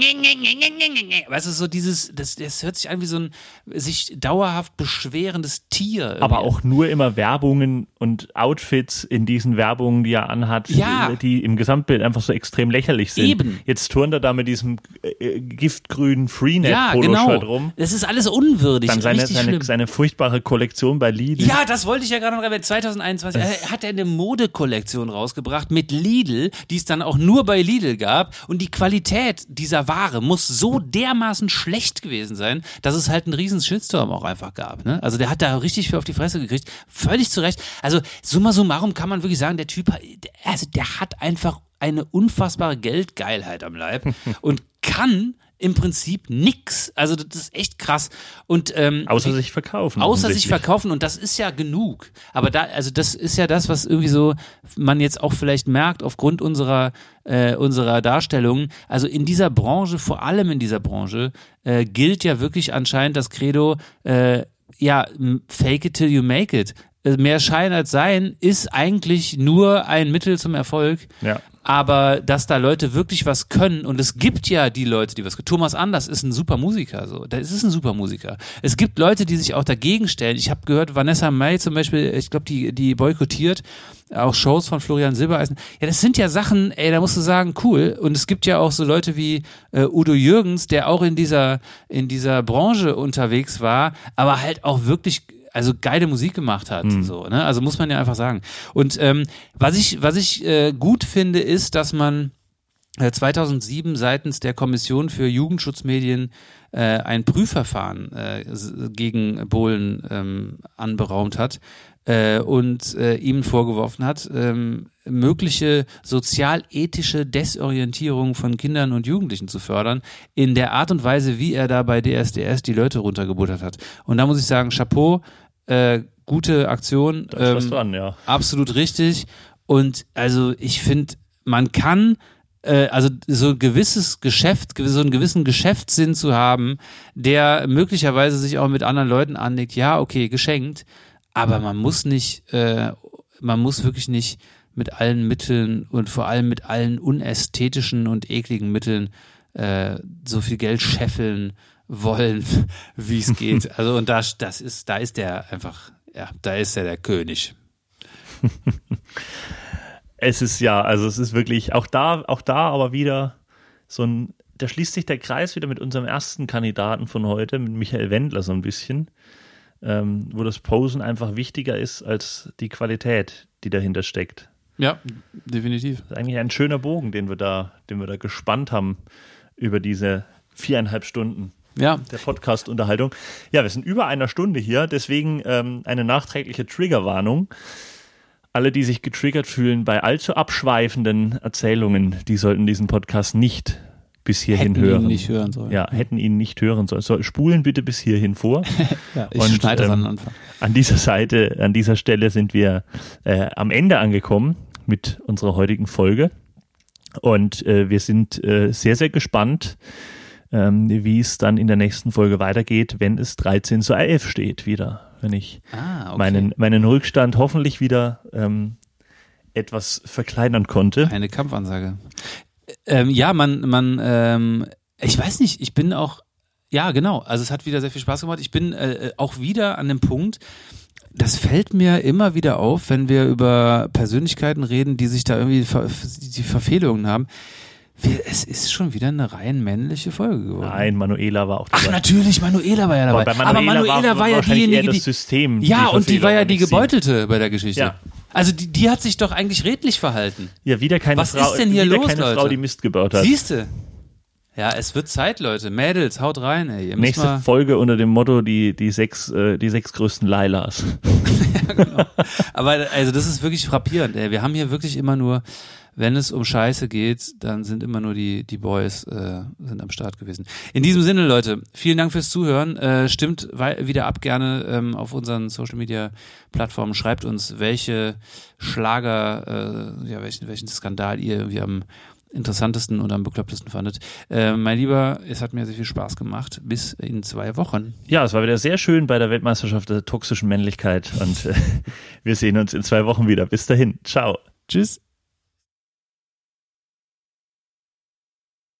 weißt du, so dieses, das hört sich an wie so ein sich dauerhaft beschwerendes Tier. Aber auch nur immer Werbungen und Outfits in diesen Werbungen, die er anhat, die im Gesamtbild einfach so extrem lächerlich sind. Eben. Jetzt turnt er da mit diesem giftgrünen Freenet-Polo-Shirt rum. Das ist alles unwürdig. Dann seine furchtbare Kollektion bei Lidl. Ja, das wollte ich ja gerade noch erwähnen. 2021 hat er eine Modekollektion rausgebracht mit Lidl, die es dann auch nur bei Lidl gab. Und die Qualität dieser Ware muss so dermaßen schlecht gewesen sein, dass es halt einen riesen Shitstorm auch einfach gab. Ne? Also der hat da richtig viel auf die Fresse gekriegt. Völlig zu Recht. Also summa summarum kann man wirklich sagen, der Typ, also der hat einfach eine unfassbare Geldgeilheit am Leib und kann im Prinzip nix. Also das ist echt krass. Und außer sich verkaufen. Außer sich verkaufen, und das ist ja genug. Aber das ist ja das, was irgendwie so man jetzt auch vielleicht merkt aufgrund unserer Darstellung. Also in dieser Branche, vor allem in dieser Branche, gilt ja wirklich anscheinend das Credo, fake it till you make it. Mehr Schein als Sein ist eigentlich nur ein Mittel zum Erfolg. Ja. Aber dass da Leute wirklich was können, und es gibt ja die Leute, die was können. Thomas Anders ist ein super Musiker, so. Das ist ein super Musiker. Es gibt Leute, die sich auch dagegen stellen. Ich habe gehört, Vanessa Mai zum Beispiel, ich glaube, die boykottiert auch Shows von Florian Silbereisen. Ja, das sind ja Sachen, ey, da musst du sagen, cool. Und es gibt ja auch so Leute wie Udo Jürgens, der auch in dieser Branche unterwegs war, aber halt auch wirklich geile Musik gemacht hat, so, ne? Also muss man ja einfach sagen. Und was ich gut finde, ist, dass man 2007 seitens der Kommission für Jugendschutzmedien ein Prüfverfahren gegen Bohlen anberaumt hat und ihm vorgeworfen hat, mögliche sozialethische Desorientierung von Kindern und Jugendlichen zu fördern, in der Art und Weise, wie er da bei DSDS die Leute runtergebuttert hat. Und da muss ich sagen, Chapeau, gute Aktion. Da ist was dran, ja. Absolut richtig. Und also ich finde, man kann so ein gewisses Geschäft, so einen gewissen Geschäftssinn zu haben, der möglicherweise sich auch mit anderen Leuten anlegt, ja, okay, geschenkt, aber man muss wirklich nicht mit allen Mitteln und vor allem mit allen unästhetischen und ekligen Mitteln so viel Geld scheffeln wollen, wie es geht. Also und da ist der einfach, ja, da ist er der König. Es ist wirklich auch da aber wieder da schließt sich der Kreis wieder mit unserem ersten Kandidaten von heute, mit Michael Wendler so ein bisschen, wo das Posen einfach wichtiger ist als die Qualität, die dahinter steckt. Ja, definitiv. Das ist eigentlich ein schöner Bogen, den wir da gespannt haben über diese 4,5 Stunden. Ja. Der Podcast-Unterhaltung. Ja, wir sind über einer Stunde hier, deswegen eine nachträgliche Triggerwarnung. Alle, die sich getriggert fühlen bei allzu abschweifenden Erzählungen, die sollten diesen Podcast nicht bis hierhin hören. Hätten ihn nicht hören sollen. Ja, hätten ihn nicht hören sollen. So, spulen bitte bis hierhin vor. Ja, ich schneide das an den Anfang. An dieser Stelle sind wir am Ende angekommen mit unserer heutigen Folge. Und wir sind sehr, sehr gespannt, wie es dann in der nächsten Folge weitergeht, wenn es 13:11 steht wieder. Wenn ich meinen Rückstand hoffentlich wieder etwas verkleinern konnte. Eine Kampfansage. Ja, ich weiß nicht, ich bin auch, ja genau, also es hat wieder sehr viel Spaß gemacht. Ich bin auch wieder an dem Punkt, das fällt mir immer wieder auf, wenn wir über Persönlichkeiten reden, die sich da irgendwie die Verfehlungen haben. Es ist schon wieder eine rein männliche Folge geworden. Nein, Manuela war auch dabei. Ach natürlich, Manuela war ja dabei. Aber Manuela war ja diejenige, das System. Ja, und die war ja die Gebeutelte bei der Geschichte. Ja. Also die hat sich doch eigentlich redlich verhalten. Ja, wieder keine Was ist denn hier los, Leute? Frau, die Mist gebaut hat. Siehste? Ja, es wird Zeit, Leute. Mädels, haut rein, ey. Nächste Folge unter dem Motto die sechs größten Lailas. Ja, genau. Aber also das ist wirklich frappierend, ey. Wir haben hier wirklich immer nur wenn es um Scheiße geht, dann sind immer nur die Boys sind am Start gewesen. In diesem Sinne, Leute, vielen Dank fürs Zuhören. Stimmt wieder ab gerne auf unseren Social Media Plattformen. Schreibt uns, welche Schlager, welchen Skandal ihr irgendwie am interessantesten oder am beklopptesten fandet. Mein Lieber, es hat mir sehr viel Spaß gemacht. Bis in 2 Wochen. Ja, es war wieder sehr schön bei der Weltmeisterschaft der toxischen Männlichkeit und wir sehen uns in 2 Wochen wieder. Bis dahin. Ciao. Tschüss.